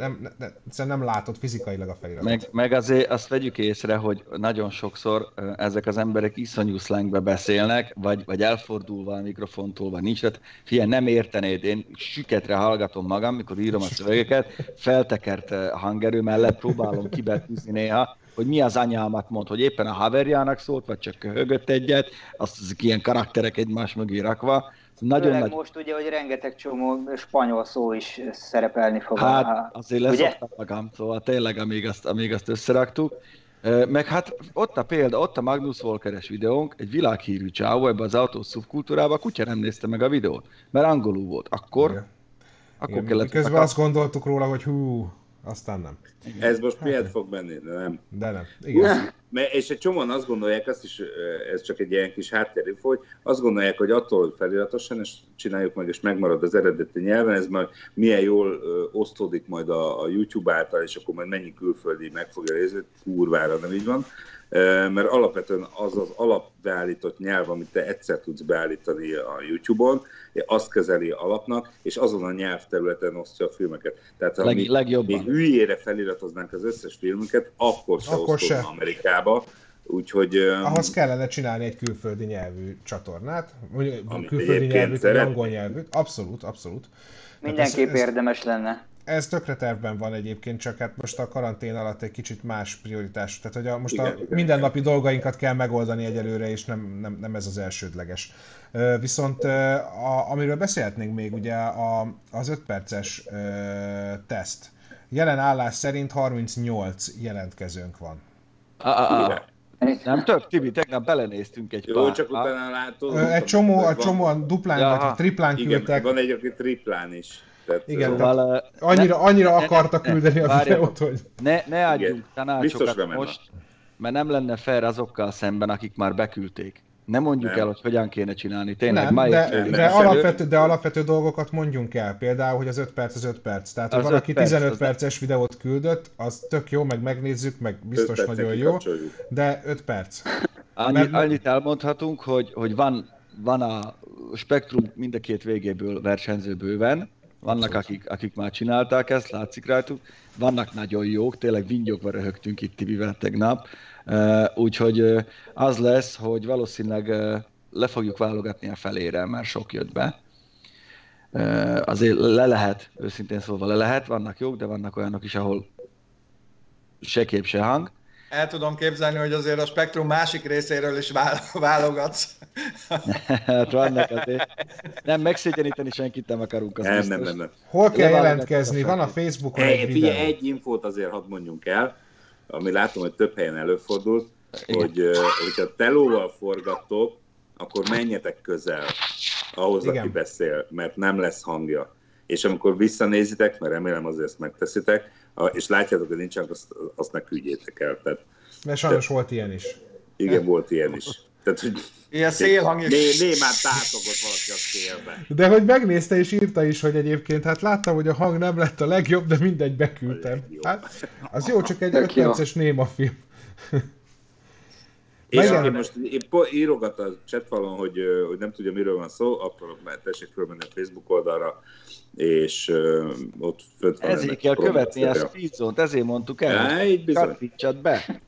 A: nem látod fizikailag a feliratot.
B: Meg azért azt vegyük észre, hogy nagyon sokszor ezek az emberek iszonyú szlengbe beszélnek, vagy elfordulva a mikrofontól, vagy nincs. Tehát figyelj, nem értenéd, én süketre hallgatom magam, mikor írom a szövegeket, feltekert hangerő mellett próbálom kibetűzni néha, hogy mi az anyámat mond, hogy éppen a haverjának szólt, vagy csak köhögött egyet, azt azok ilyen karakterek egymás mögé rakva.
C: Nagyon most ugye, hogy rengeteg csomó spanyol szó is szerepelni fog.
B: Hát azért leszoktam magam, szóval tényleg, amíg azt összeraktuk. Meg hát ott a példa, ott a Magnus Volkeres videónk, egy világhírű csávó ebben az autós szubkultúrában, a kutya nem nézte meg a videót, mert angolul volt. Akkor kellett...
A: Közben azt gondoltuk róla, hogy aztán nem.
E: Ez most miért fog menni, de nem.
A: De nem, igen.
E: És egy csomóan azt gondolják, azt is, ez csak egy ilyen kis hátterinfo, hogy azt gondolják, hogy attól, hogy feliratosan, és csináljuk meg, és megmarad az eredeti nyelven, ez majd milyen jól osztódik majd a YouTube által, és akkor majd mennyi külföldi meg fogja nézni, kurvára nem így van. Mert alapvetően az az alapbeállított nyelv, amit te egyszer tudsz beállítani a YouTube-on, azt kezeli alapnak, és azon a nyelvterületen osztja a filmeket. Tehát ha mi hülyére feliratoznánk az összes filmünket, akkor se osztodna Amerikába. Úgyhogy,
A: ahhoz kellene csinálni egy külföldi nyelvű csatornát, külföldi nyelvű, angol nyelvű. Abszolút.
C: Mindenképp érdemes lenne.
A: Ez tökre tervben van egyébként, csak hát most a karantén alatt egy kicsit más prioritás. Tehát, hogy most a mindennapi dolgainkat kell megoldani egyelőre, és nem ez az elsődleges. Viszont amiről beszélhetnénk még, ugye az 5 perces teszt. Jelen állás szerint 38 jelentkezőnk van.
B: Nem több, Tibi, tegnap belenéztünk egy pár.
E: Jó, csak utána látod.
A: Egy csomóan duplán vagy triplán küldtek.
E: Van egy, aki triplán is.
A: Igen, szóval, annyira akarta küldeni a videót, hogy...
B: Ne adjunk tanácsokat most, mert nem lenne fair azokkal szemben, akik már beküldték. Nem mondjuk
E: Nem.
B: el, hogy hogyan kéne csinálni. Tényleg,
A: Nem,
B: máig
A: de alapvető dolgokat mondjunk el. Például, hogy az 5 perc az 5 perc. Tehát, hogy
B: Az
A: valaki
B: 5 perc,
A: 15
B: az
A: perces videót küldött, az tök jó, meg megnézzük, meg biztos
E: 5 percen
A: nagyon jó,
E: kikapcsoljuk.
A: de 5 perc.
B: Annyit elmondhatunk, hogy van a spektrum mind a két végéből versenyző bőven. Vannak, akik már csinálták ezt, látszik rajtuk. Vannak nagyon jók, tényleg vingyogva röhögtünk itt Tibivel tegnap. Úgyhogy az lesz, hogy valószínűleg le fogjuk válogatni a felére, mert sok jött be. Azért le lehet, őszintén szólva le lehet, vannak jók, de vannak olyanok is, ahol se kép, se hang.
D: El tudom képzelni, hogy azért a spektrum másik részéről is válogatsz.
B: Hát vannak azért. Nem, megszégyeníteni senkit nem akarunk, az biztos.
E: Nem.
A: Hol kell
B: Leválogatjuk
A: jelentkezni?
B: a
A: Van a
B: felét.
A: Facebookon egy videó.
E: Figyelj, egy infót azért hadd mondjunk el, ami látom, hogy több helyen előfordul, hogyha telóval forgattok, akkor menjetek közel ahhoz,
A: Igen.
E: aki beszél, mert nem lesz hangja. És amikor visszanézitek, mert remélem azért ezt megteszitek, és látjátok, hogy nincsen, azt meg küldjétek el. Tehát,
A: Mert sajnos volt ilyen is.
E: igen, volt ilyen is. Tehát, hogy
D: Ilyen szélhang is.
E: némán tátogott valaki a szélbe.
A: De hogy megnézte és írta is, hogy egyébként, hát láttam, hogy a hang nem lett a legjobb, de mindegy, beküldtem. Hát, az jó, csak egy 5 perces néma film.
E: És
A: Igen.
E: aki most írogat a chatfalon, hogy nem tudja, miről van szó, akkor tessék fölmenni a Facebook oldalra, és ott fönt van.
B: Ezért kell követni a Speed Zone-t, ezért mondtuk el,
E: Így bizony.
B: kattintsad be.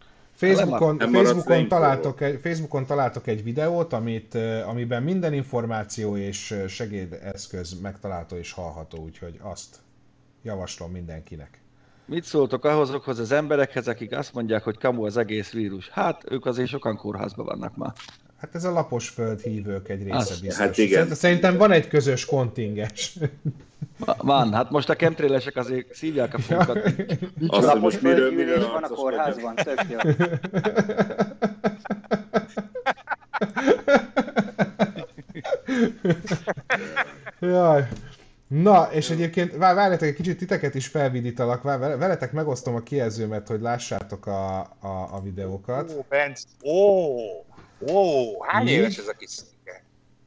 A: Facebookon találtok egy videót, amiben minden információ és segédeszköz megtalálható és hallható, úgyhogy azt javaslom mindenkinek.
B: Mit szóltok ahhozokhoz az emberekhez, akik azt mondják, hogy kamu az egész vírus? Hát ők azért sokan kórházban vannak már.
A: Hát ez a lapos földhívők egy része
B: Az.
A: biztos.
E: Hát igen.
A: Szerintem van egy közös kontingens.
B: Van, hát most a chemtrailesek azért szívják a funkat.
E: Azt, hogy most miről
C: van a
E: harcoskodjak.
C: kórházban, tök jó.
A: Jaj. Na, és egyébként várjátok, egy kicsit titeket is felvidítalak, veletek megosztom a kijelzőmet, hogy lássátok a videókat.
F: Ó, Bence, hány
A: Mi?
F: éves ez a kis szike?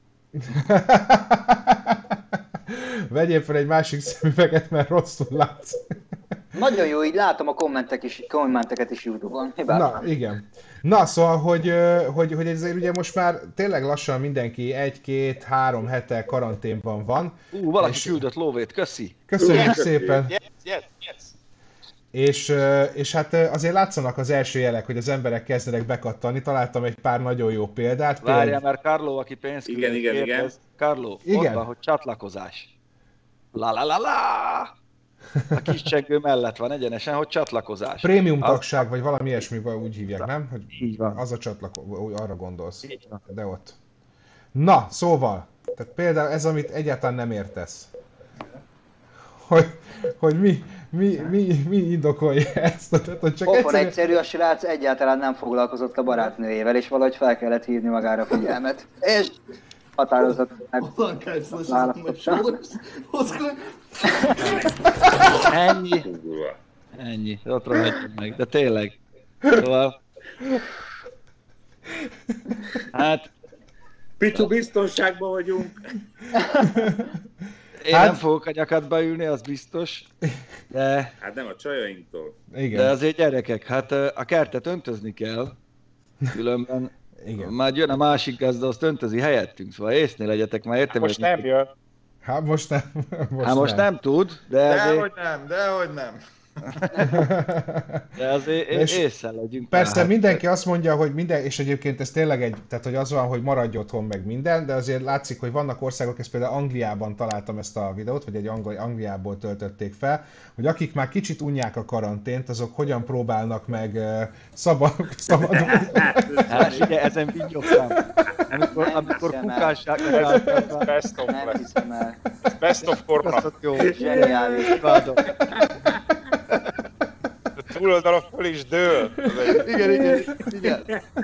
A: Vegyél fel egy másik szemüveget, mert rosszul látsz.
C: Nagyon jó, így látom a kommenteket is YouTube-on.
A: Na, igen. Na, szóval, hogy ezért ugye most már tényleg lassan mindenki 1-2-3 hete karanténban van.
B: Valaki küldött lóvét, köszi.
A: Köszönjük szépen!
F: Yes.
A: És hát azért látszanak az első jelek, hogy az emberek kezdenek bekattani. Találtam egy pár nagyon jó példát.
B: Várjál, mert Carlo, aki pénzt küldött,
E: Igen.
B: kérdez. Carlo,
A: Igen.
B: ott van, hogy csatlakozás. La. A kis cseggő mellett van egyenesen, hogy csatlakozás.
A: Prémium tagság, vagy valami ilyesmi, úgy hívják, nem? Hogy
B: Így van.
A: az a arra gondolsz.
B: Így van.
A: De ott. Na, szóval, tehát például ez, amit egyáltalán nem értesz. Hogy mi indokolja ezt? Tehát, hogy csak
C: Pofon egyszerű, a srác egyáltalán nem foglalkozott a barátnőjével, és valahogy fel kellett hívni magára figyelmet. És határozottan választottam.
B: Ennyi. Ott rohadjunk meg, de tényleg. Szóval... Hát...
E: Picu, biztonságban vagyunk.
B: Én nem fogok a nyakadba ülni, az biztos. De...
E: Hát nem a csajainktól.
A: Igen.
B: De azért gyerekek, hát a kertet öntözni kell. Különben
A: Igen.
B: már jön a másik gazda, azt öntözi helyettünk, szóval észnél legyetek, már értem,
F: Most nem jön.
A: Hát most nem.
B: Most nem tud, de azért,
D: Dehogy nem.
B: de azért ésszel legyünk.
A: Persze
B: tehát.
A: mindenki azt mondja, hogy és egyébként ez tényleg tehát hogy az van, hogy maradj otthon meg minden, de azért látszik, hogy vannak országok, ezt például Angliában találtam ezt a videót, vagy egy Angliából töltötték fel, hogy akik már kicsit unják a karantént, azok hogyan próbálnak meg szabadulni.
B: Hát ugye ezen vigyogtam. Amikor kukásságra álltak.
F: Best of
C: Nem
F: lesz.
C: hiszem el.
F: Best of korona.
B: Jó,
C: Zseniális.
B: imádom.
F: A túloldalon föl is dől.
B: Igen.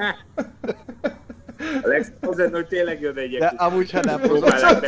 E: A legszebb az lenne, hogy tényleg jön egy
B: De amúgy, ha nem
E: próbálják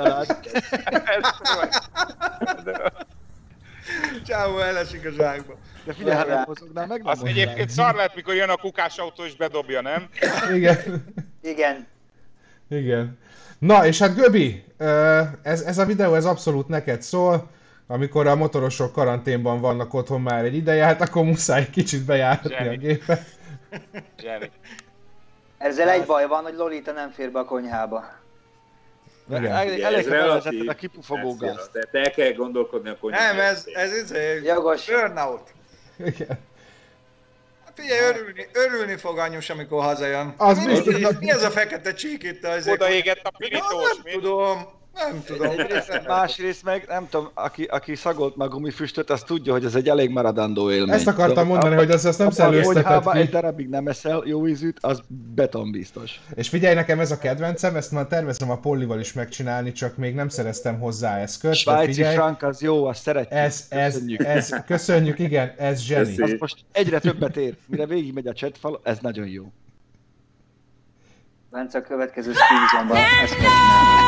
D: Csávó elesik a zsákba.
B: De figyelj, ha nem mozognál, meg nem
F: Az egyébként szar lehet, mikor jön a kukásautó és bedobja, nem?
A: Igen.
C: Igen.
A: Igen. Na, és hát Göbi, ez a videó ez abszolút neked szól. Amikor a motorosok karanténban vannak otthon már egy ideje, hát akkor muszáj egy kicsit bejáratni a gépet.
F: Zseni.
C: Ezzel egy baj van, hogy Lolita nem fér be a konyhába.
B: Elég bevezetted a kipufogógázt.
E: Tehát el kell gondolkodni a konyhában.
D: Nem, ez
C: Jogos.
D: burnout.
A: Igen.
D: Figyelj, örülni fog anyus, amikor hazajön.
A: Az biztos.
D: Mi ez a fekete csík itt?
F: Odaégett a pirítós, mi?
D: Nem tudom.
B: Másrészt meg, nem tudom, aki szagolt meg gumifüstöt, az tudja, hogy ez egy elég maradandó élmény.
A: Ezt akartam mondani, hogy azt nem szellőzteted
B: ki. Egy
A: ki.
B: darabig nem eszel jó ízűt, az betonbiztos.
A: És figyelj, nekem ez a kedvencem, ezt már tervezem a Pollival is megcsinálni, csak még nem szereztem hozzá eszközt.
B: Svájci frank az jó, azt szeretjük.
A: Ez, köszönjük, igen, ez zseni.
B: Az most egyre többet ér, mire végigmegy a chatfal, ez nagyon jó.
C: Bence, a következő Steamzone-ban ezt kell csinálni.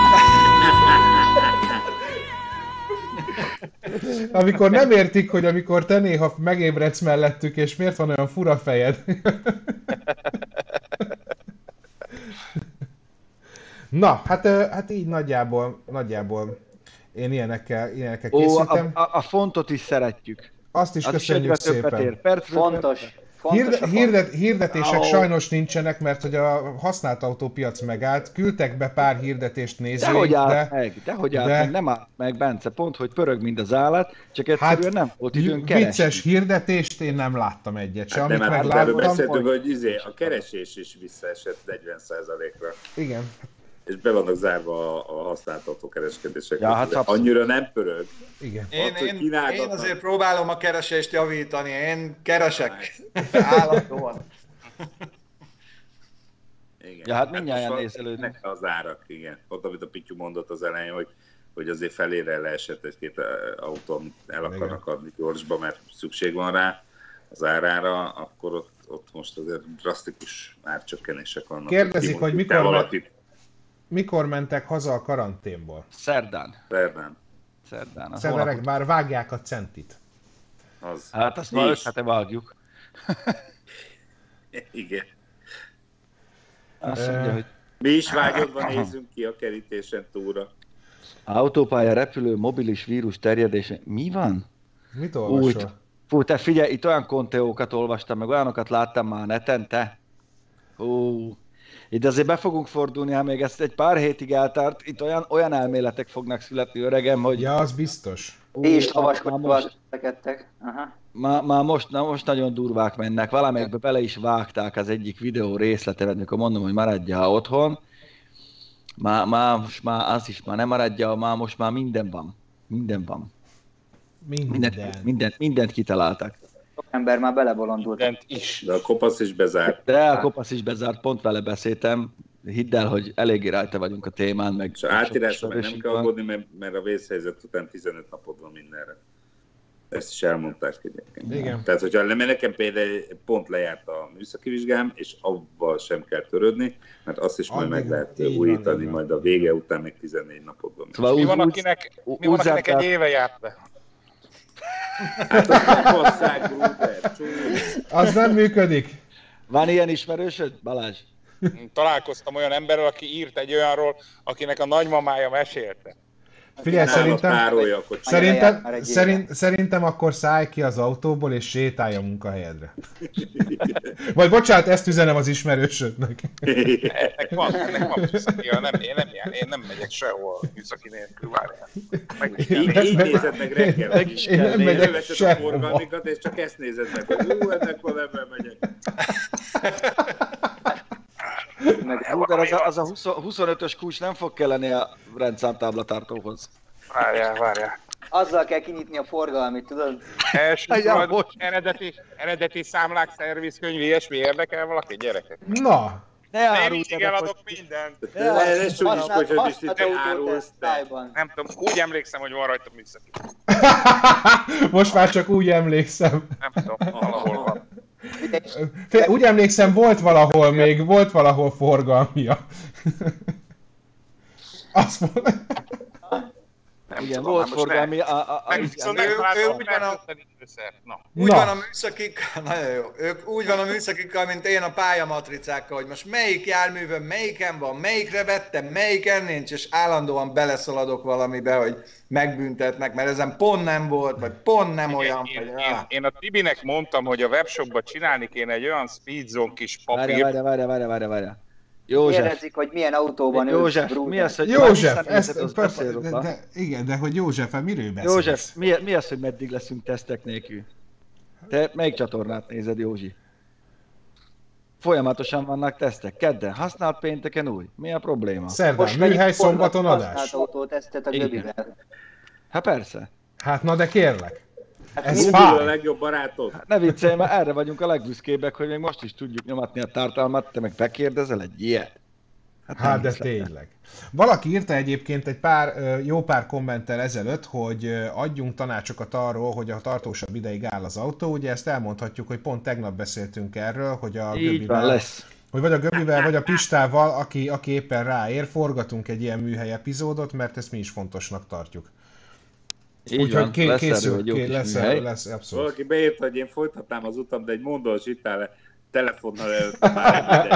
A: Amikor nem értik, hogy amikor te néha megébredsz mellettük, és miért van olyan fura fejed. Na, hát így nagyjából én ilyenekkel készültem.
B: A fontot is szeretjük.
A: Azt is köszönjük szépen.
C: Fontos.
A: Hirdetések sajnos nincsenek, mert hogy a használt autópiac megállt. Küldtek be pár hirdetést nézőink,
B: Dehogy állt meg, nem állt meg, Bence, pont, hogy pörög, mint az állat, csak egyszerűen nem volt időn keresni.
A: Vicces hirdetést én nem láttam egyet se.
E: Hát nem, hát beszéltünk, hogy a keresés is visszaesett 40%-ra.
A: Igen.
E: És be vannak zárva a használt autókereskedések.
B: Ja, hát
E: annyira nem pörög.
A: Igen.
D: Én azért próbálom a keresést javítani, én keresek állandóan.
E: Igen.
B: Ja, hát mindjárt nézelődnek.
E: Az árak, igen. Ott, amit a Pityu mondott az elején, hogy azért felére leesett egy-két autón, el akarnak adni gyorsba, mert szükség van rá az árára, akkor ott most azért drasztikus árcsökkenések vannak.
A: Kérdezik, hogy mikor mentek haza a karanténból?
B: Szerdán.
A: Szeverek már vágják a centit.
B: Hát azt már 5 hete vágjuk.
E: Igen.
B: Azt mondja, hogy
E: mi is vágyodva nézünk ki a kerítésen túlra.
B: Autópálya, repülő, mobilis vírus terjedése. Mi van?
A: Mit olvasol?
B: Fú, te figyelj, itt olyan konteókat olvastam, meg olyanokat láttam már neten, te. Itt azért be fogunk fordulni, ha még ezt egy pár hétig eltart, itt olyan elméletek fognak születni, öregem, hogy...
A: Ja, az biztos.
C: Ti is lovaskodva tekedtek.
B: Már most nagyon durvák mennek, valamelyikbe bele is vágták az egyik videó részletet, mikor mondom, hogy maradja otthon. Már az is már nem maradja, most már minden van. Mindent kitaláltak.
C: Sok ember már belebolondult.
F: Mindent is.
E: De a kopasz is bezárt.
B: Pont vele beszéltem. Hidd el, hogy eléggé rajta vagyunk a témán. Meg
E: és átírásra meg nem kell aggódni, mert a vészhelyzet után 15 napod van mindenre. Ezt is elmondták egyébként.
A: Igen.
E: Tehát, hogyha nekem például pont lejárt a műszaki vizsgám, és avval sem kell törődni, mert azt is majd meg lehet újítani, majd a vége után még 14 napod van.
F: Szóval mi van, akinek egy éve járt be?
E: Hát azt nem hozzák, Bruder,
A: az nem működik.
B: Van ilyen ismerősöd, Balázs?
F: Találkoztam olyan emberrel, aki írt egy olyanról, akinek a nagymamája mesélte.
A: Figyelj, szerintem akkor szállj ki az autóból és sétálj a munkahelyedre. Vagy bocsánat, ezt üzenem az ismerősödnek.
F: Ennek van műszaki, én nem megyek sehol műszaki nélkül, várjál.
E: Így nézed meg reggel.
A: Én nem megyek sehol.
E: A forgalmikat, és csak ezt nézed meg, hogy ennek valamivel megyek.
B: Az a 25-ös kulcs nem fog kelleni a rendszámtáblatartóhoz.
F: Várjál.
C: Azzal kell kinyitni a forgalmit, tudod?
F: Eredeti számlák, szervizkönyv, ilyesmi érdekel valaki, gyerekek?
A: Na!
F: Én mindig eladok mindent.
E: Ne súlyos, hogy is itt árulsz te.
F: Nem tudom, úgy emlékszem, hogy van rajta műszaki.
A: Most már csak úgy emlékszem.
F: Nem tudom, valahol van.
A: Úgy emlékszem, volt valahol forgalmia. Azt mondom.
B: Igen, volt forgalmi...
D: Úgy van a műszakikkal, nagyon jó. Ők úgy van a műszakikkal, mint én a pályamatricákkal, hogy most melyik járművön melyiken van, melyikre vettem, melyiken nincs, és állandóan beleszaladok valamibe, hogy megbüntetnek, mert ezen pont nem volt, vagy pont nem olyan.
F: Én a Tibinek mondtam, hogy a webshopba csinálni kéne egy olyan speedzone kis papír.
B: Várja. József.
C: Érezik, hogy milyen autóban
B: József, mi az, hogy...
A: József, igen, de hogy József, miről beszélsz?
B: József, mi az, hogy meddig leszünk tesztek nélkül? Te melyik csatornát nézed, Józsi? Folyamatosan vannak tesztek. Kedden használt, pénteken új. Mi a probléma?
A: Szerdán műhely, szombaton adás.
C: Használt autótesztet a Göbivel.
B: Hát persze.
A: Hát na de kérlek.
E: Ez fáj. A legjobb barátod.
B: Hát ne viccelj, mert erre vagyunk a legbüszkébbek, hogy még most is tudjuk nyomatni a tartalmat, te meg bekérdezel egy ilyet.
A: Hát de tényleg. Valaki írta egyébként egy jó pár kommenttel ezelőtt, hogy adjunk tanácsokat arról, hogy a tartósabb ideig áll az autó. Ugye ezt elmondhatjuk, hogy pont tegnap beszéltünk erről, hogy a Göbivel,
B: lesz.
A: Hogy vagy a Göbivel, vagy a Pistával, aki éppen ráér, forgatunk egy ilyen műhely epizódot, mert ezt mi is fontosnak tartjuk. Úgyhogy készül, lesz abszolút.
E: Valaki beírta, hogy én folytatnám az utam, de egy mondós itt áll telefonnal előtt már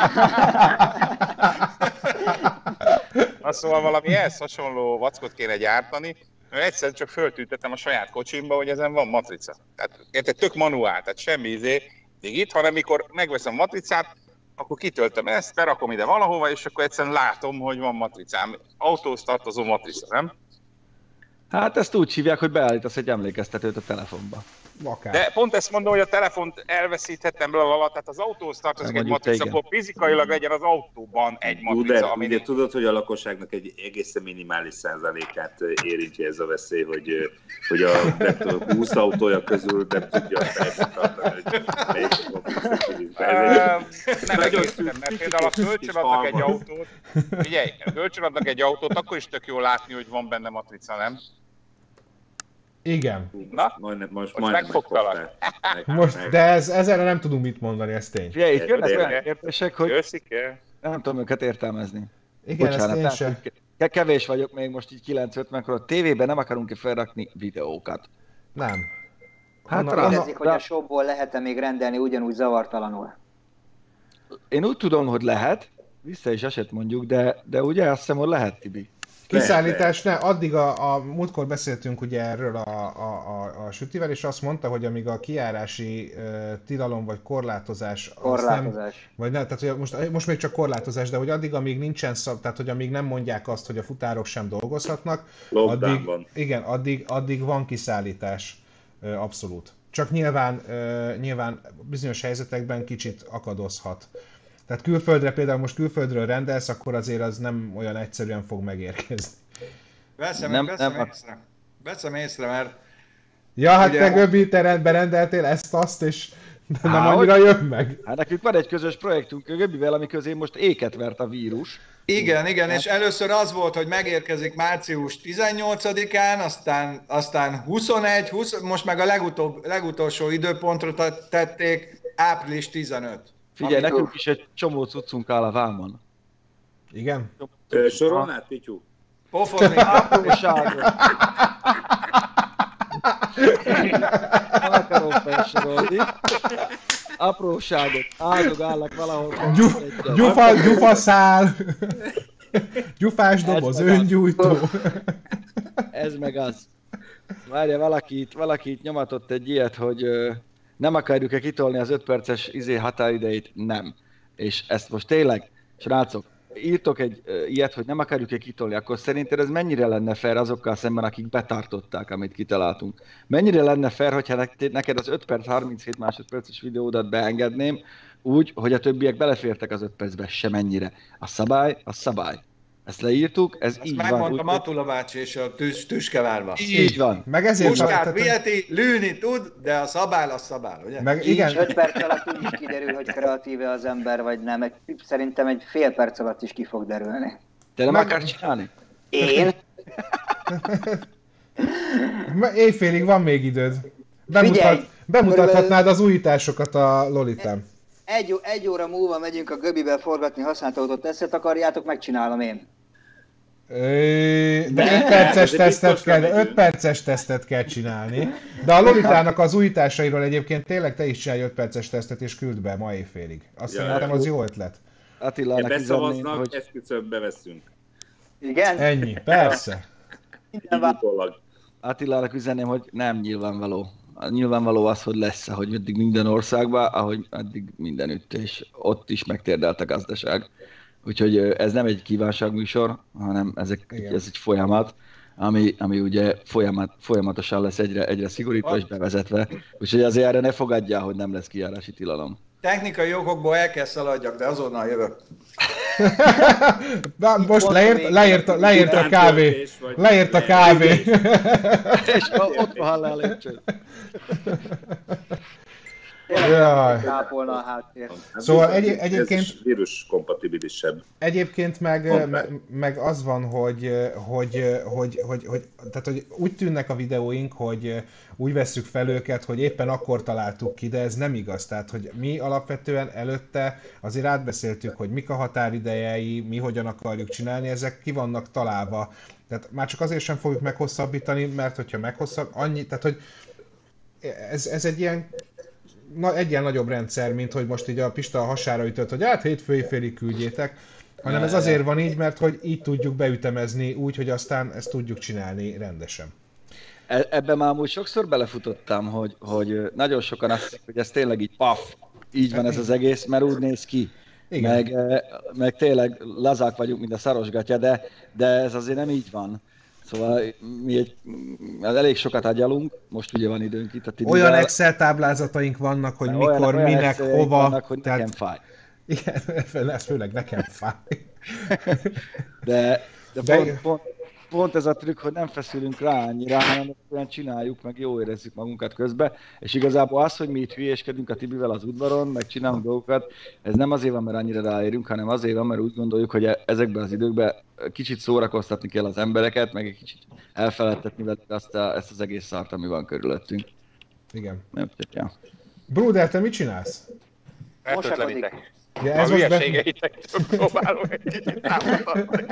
F: Szóval valami ehhez hasonló vackot kéne gyártani, mert egyszerűen csak föltűntetem a saját kocsimba, hogy ezen van matrica. Tehát érted, tök manuál, tehát semmi digit, hanem mikor megveszem matricát, akkor kitöltöm ezt, berakom ide valahova, és akkor egyszerűen látom, hogy van matricám. Autóhoz tartozó matrica, nem?
B: Hát ezt úgy hívják, hogy beállítasz egy emlékeztetőt a telefonba.
A: Akár.
F: De pont ezt mondom, hogy a telefont elveszíthettem belőle, tehát az autóhoz tartozik egy matrica, akkor fizikailag legyen az autóban egy matrica.
E: De ugye tudod, hogy a lakosságnak egy egészen minimális százalékát érinti ez a veszély, hogy a 20 autója közül nem tudja tartani, hogy melyik a matrica.
F: Nem egészen, mert például a kölcsönadnak egy autót, figyelj, kölcsönadnak egy autót, akkor is tök jól látni, hogy van benne matrica, nem?
A: Igen.
F: Na,
E: most
F: megfogtalak.
A: De ezzel nem tudunk mit mondani, ez tény.
B: Figyelj, itt jönnek olyan kérdések, hogy
F: Köszike.
B: nem tudom őket értelmezni.
A: Igen,
B: bocsánat,
A: ezt én sem.
B: Kevés vagyok még most így 9-50, akkor a tévében nem akarunk felrakni videókat.
A: Nem.
C: Hát kérdezik, hogy a shopból lehet-e még rendelni ugyanúgy zavartalanul?
B: Én úgy tudom, hogy lehet, vissza is eset mondjuk, de ugye azt hiszem, hogy lehet, Tibi.
A: Kiszállítás, ne, addig a múltkor beszéltünk ugye erről a Sütivel, és azt mondta, hogy amíg a kijárási tilalom vagy korlátozás. Nem, vagy ne, tehát most még csak korlátozás, de hogy addig, amíg nincsen tehát hogy amíg nem mondják azt, hogy a futárok sem dolgozhatnak, addig van kiszállítás, abszolút. Csak nyilván bizonyos helyzetekben kicsit akadozhat. Tehát külföldre, például most külföldről rendelsz, akkor azért az nem olyan egyszerűen fog megérkezni.
D: Veszem észre, mert...
A: Ja, hát ugye... te Göbi, te berendeltél ezt-azt, és nem annyira jön meg.
B: Hát nekünk van egy közös projektünk Göbivel, ami közé most éket vert a vírus.
D: Igen, és először az volt, hogy megérkezik március 18-án, aztán 21, 20, most meg a legutolsó időpontra tették április 15.
B: Figyelj, nekünk is egy csomó cuccunk áll a vámon.
A: Igen?
E: Sorolnád, Pityu?
D: Pofozni.
B: Apróságot. Nem akarom felsorolni. Apróságot. Áldogállak valahol.
A: Gyufaszál. Gyufás doboz, öngyújtó.
B: Ez meg az. Várja, valaki itt nyomatott egy ilyet, hogy... Nem akarjuk-e kitolni az 5 perces határidejét? Nem. És ezt most tényleg, srácok, írtok egy ilyet, hogy nem akarjuk-e kitolni, akkor szerinted ez mennyire lenne fair azokkal szemben, akik betartották, amit kitaláltunk? Mennyire lenne fair, hogyha neked az 5 perc 37 másodperces videódat beengedném, úgy, hogy a többiek belefértek az 5 percbe semennyire? A szabály. Ezt leírtuk, ez
D: ezt
B: így
D: megmondta
B: van.
D: Megmondta Matula bácsi és a Tüskevárba.
B: Így van.
A: Meg ezért
D: Puskát viheti, lőni tud, de a szabály, ugye?
A: Meg igen.
C: 5 perc alatt úgy is kiderül, hogy kreatíve az ember, vagy nem. Szerintem egy fél perc alatt is ki fog derülni.
B: Te nem akarsz csinálni?
C: Én?
A: Éjfélig van még időd. Bemutathatnád az újításokat a Lolitán.
C: Egy óra múlva megyünk a Göbivel forgatni használt autót, ezt akarjátok, megcsinálom én.
A: De 5 perces tesztet kell csinálni. De a Lolitának az újításairól egyébként tényleg te is csinálj 5 perces tesztet és küld be ma éjfélig. Azt szerintem az jó ötlet.
E: Attilának beszavaznak, hogy... esküszöbb beveszünk.
C: Igen?
A: Ennyi, persze.
B: Attilának üzenném, hogy nem nyilvánvaló. Nyilvánvaló az, hogy lesz, ahogy eddig minden országban, ahogy eddig mindenütt, és ott is megtérdelt a gazdaság. Úgyhogy ez nem egy kívánságműsor, hanem ez egy folyamat, ami ugye folyamatosan lesz egyre szigorítva és bevezetve. Úgyhogy azért erre ne fogadjál, hogy nem lesz kijárási tilalom.
D: Technikai okokból el kell szaladjak, de azonnal jövök.
A: Most leért a kávé. Leért a kávé.
B: És ott van hallál lépcsőt.
C: Kápolna a háttér.
A: Szóval egyébként...
E: vírus kompatibilisebb.
A: Egyébként meg az van, tehát, hogy úgy tűnnek a videóink, hogy úgy vesszük fel őket, hogy éppen akkor találtuk ki, de ez nem igaz. Tehát, hogy mi alapvetően előtte azért átbeszéltük, hogy mik a határidejei, mi hogyan akarjuk csinálni, ezek ki vannak találva. Tehát már csak azért sem fogjuk meghosszabbítani, mert hogyha tehát, hogy ez egy ilyen nagyobb rendszer, mint hogy most így a Pista a hasára ütött, hogy hát hétfő éjfélig küldjétek, hanem ez azért van így, mert hogy így tudjuk beütemezni úgy, hogy aztán ezt tudjuk csinálni rendesen.
B: Ebben már amúgy sokszor belefutottam, hogy nagyon sokan azt mondják, hogy ez tényleg így paf, így van ez az egész, mert úgy néz ki. Meg tényleg lazák vagyunk, mint a szarosgatya, de ez azért nem így van. Szóval mi elég sokat agyalunk, most ugye van időnk itt a Tibivel.
A: Olyan Excel táblázataink vannak, hogy mikor, minek, hova.
B: Vannak, hogy nekem fáj.
A: Igen, ez főleg nekem fáj.
B: De pont ez a trükk, hogy nem feszülünk rá annyira, hanem olyan csináljuk, meg jó érezzük magunkat közben. És igazából az, hogy mi itt hülyéskedünk a Tibivel az udvaron, meg csinálunk dolgokat, ez nem azért van, mert annyira ráérünk, hanem azért van, mert úgy gondoljuk, hogy ezekben az időkben kicsit szórakoztatni kell az embereket, meg egy kicsit elfeledtetni velük ezt az egész szart, ami van körülöttünk.
A: Igen.
B: Nem tudja.
A: Bruder, te mit csinálsz?
F: Eltötlenítek.
A: Ja,
F: a hülyeségeitek próbálom egy kicsit támogatni.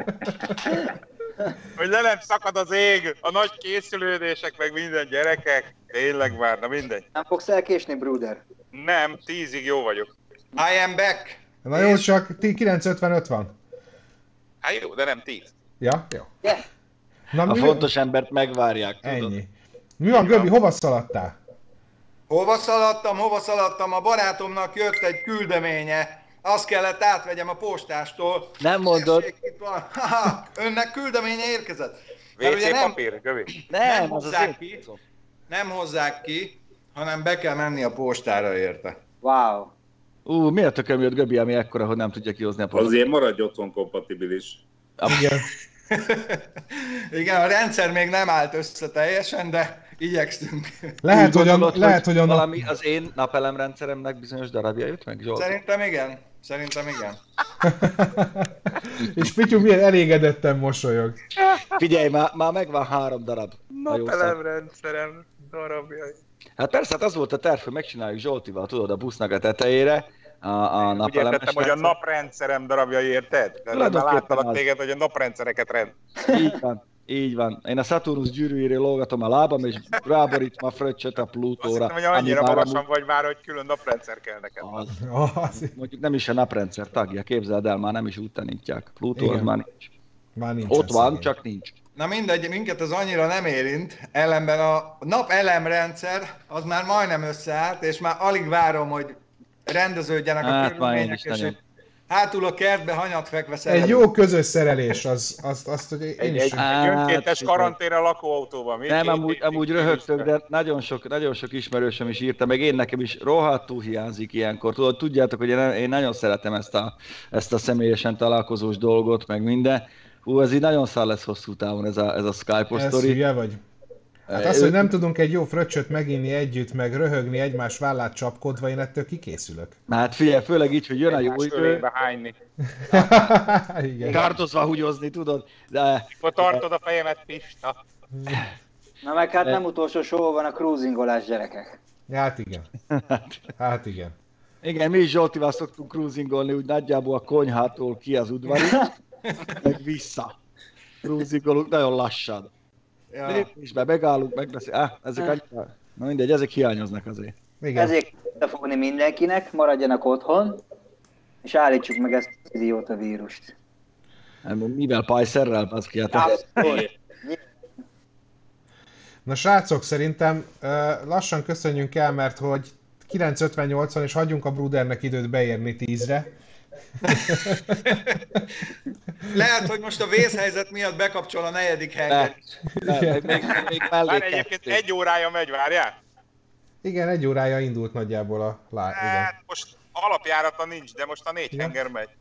F: Hogy le nem szakad az ég, a nagy készülődések, meg minden gyerekek. Tényleg már, na mindegy.
C: Nem fogsz elkésni, Bruder?
F: Nem, 10-ig jó vagyok.
D: I am back!
A: Na jó, csak 9:55 van.
F: Hát jó, de nem 10.
A: Ja, jó.
C: Yeah.
A: Na,
B: a fontos embert megvárják, tudod?
A: Ennyi. Mi van, Göbi, hova szaladtál?
D: Hova szaladtam, a barátomnak jött egy küldeménye. Azt kellett átvegyem a postástól.
B: Nem mondod.
D: Itt van. Önnek küldeménye érkezett.
F: WC papír, Göbi.
D: Nem hozzák ki, hanem be kell menni a postára érte.
C: Wow.
B: Miért tököm jött Göbi, ami ekkora, hogy nem tudja kihozni a postát?
E: Azért maradj otthon kompatibilis.
A: Igen.
D: Igen, a rendszer még nem állt össze teljesen, de igyekszünk.
A: Lehet, hogy
B: valami az én napelemrendszeremnek bizonyos darabja jött meg, Zsolt?
D: Szerintem igen.
A: És Pityu milyen elégedetten mosolyog.
B: Figyelj, már megvan 3 darab.
F: Napelemrendszerem darabjai.
B: Hát persze, hát az volt a terv, hogy megcsináljuk Zsoltival, tudod, a busznak a tetejére. A
F: úgy értettem, hogy a naprendszerem darabjai, érted? Már láttalak téged, hogy a naprendszereket rend.
B: Így van. Én a Saturnus gyűrűjére lógatom a lábam, és ráborítom a fröccsöt a Plutóra.
F: Azt hiszem, hogy annyira magasan vagy már, hogy külön naprendszer kell neked.
B: Mondjuk nem is a naprendszer tagja, képzeld el, már nem is úgy tanítják. Plutó az már nincs.
A: Már nincs.
B: Ott van, szegény. Csak nincs.
D: Na mindegy, minket az annyira nem érint, ellenben a napelemrendszer az már majdnem összeállt, és már alig várom, hogy rendeződjenek a körülmények, és hátul a kertbe hanyatfekve szerelünk.
A: Egy jó közös szerelés, azt hogy én is...
F: Egy önkéntes karanténra lakóautóban.
B: Nem, amúgy röhögtök, de nagyon sok ismerősöm is írta, meg én nekem is rohadtul hiányzik ilyenkor. Tudjátok, hogy én nagyon szeretem ezt a személyesen találkozós dolgot, meg minden. Ez így nagyon szar lesz hosszú távon ez a Skype-os sztori.
A: Ez hülye vagy? Hát az, hogy nem tudunk egy jó fröccsöt meginni együtt, meg röhögni egymás vállát csapkodva, én ettől kikészülök.
B: Hát figyelj, főleg így, hogy jön a jó idő.
F: Hányni.
B: Kártozva húgyozni, tudod? De...
F: Mikor tartod a fejemet, Pista?
C: Na meg hát nem utolsó sorban van a cruisingolás, gyerekek.
A: Hát igen.
B: Igen, mi is Zsoltival szoktunk cruisingolni, úgy nagyjából a konyhától ki az udvarig, meg vissza. Grúzigolunk nagyon lassan.
D: Ja.
B: Lépésbe megállunk, megbeszél. Ezek annyira... Na mindegy, ezek hiányoznak azért.
A: Igen.
C: Ezért kell fogni mindenkinek, maradjanak otthon, és állítsuk meg ezt az idióta vírust.
B: Mivel Pajszerrel, baszki, hát
C: Abszolút.
A: Na srácok, szerintem lassan köszönjünk el, mert hogy 9:58-on, és hagyjunk a Brudernek időt beérni 10-re.
D: Lehet, hogy most a vészhelyzet miatt bekapcsol a 4. henger.
B: még
F: Már egyébként 1 órája megy, várjál?
A: Igen, 1 órája indult nagyjából a igen.
F: Hát most alapjárata nincs, de most a 4
A: Igen.
F: henger megy.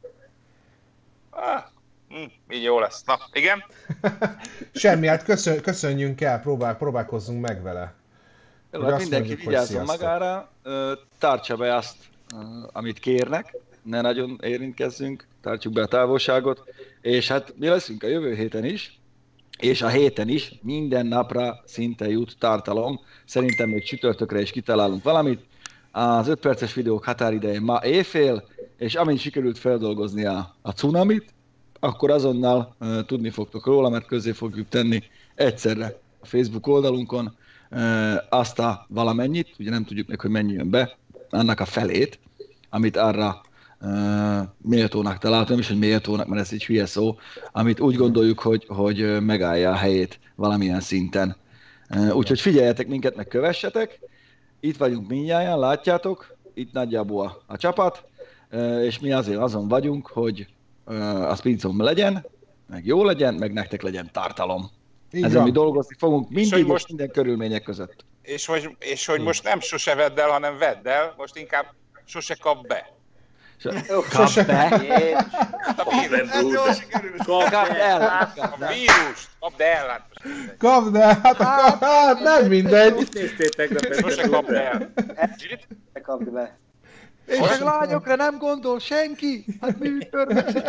F: Így jó lesz. Na, igen?
A: Semmi, hát köszönjünk el, próbálkozzunk meg vele.
B: Jó,
A: Hogy
B: hát
A: azt
B: mindenki
A: mondjuk, hogy
B: vigyázzon
A: sziasztok.
B: magára, tartsa be azt, amit kérnek, ne nagyon érintkezzünk, tartsuk be a távolságot, és hát mi leszünk a jövő héten is, és a héten is minden napra szinte jut tartalom, szerintem még csütörtökre is kitalálunk valamit. Az 5 perces videók határideje ma éjfél, és amint sikerült feldolgozni a cunamit, akkor azonnal tudni fogtok róla, mert közzé fogjuk tenni egyszerre a Facebook oldalunkon azt a valamennyit, ugye nem tudjuk meg, hogy mennyi jön be, annak a felét, amit arra méltónak találtam, nem is, hogy méltónak, mert ez egy hülye szó, amit úgy gondoljuk, hogy megállja a helyét valamilyen szinten. Úgyhogy figyeljetek minket, meg kövessetek, itt vagyunk mindnyájan, látjátok, itt nagyjából a csapat, és mi azért azon vagyunk, hogy a Spincom legyen, meg jó legyen, meg nektek legyen tartalom.
A: Így
B: Ezen
A: van.
B: mi dolgozni fogunk mindig,
F: most-
B: és minden körülmények között.
F: És hogy most nem sose vedd el, hanem vedd el, most inkább sose kap be.
B: Kap be!
C: Jézus.
F: Hát a vírus,
D: Ez jól sikerült.
B: Kap el!
F: a vírust, kapd el, hát most mindegy.
A: Kapd el, hát nem mindegy.
E: Mit néztél tegnap
F: Sose kapd el. Zsit?
C: Te kapd be.
B: És meg lányokra nem gondol senki! Hát mi pörmökszik?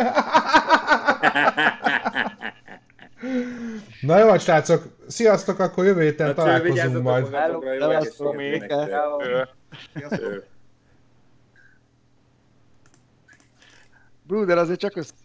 A: Na jó, srácok, sziasztok, akkor jövő héten találkozunk majd.
B: Szevasztok, Méke.
F: Ö.
B: Bruder, azért csak össze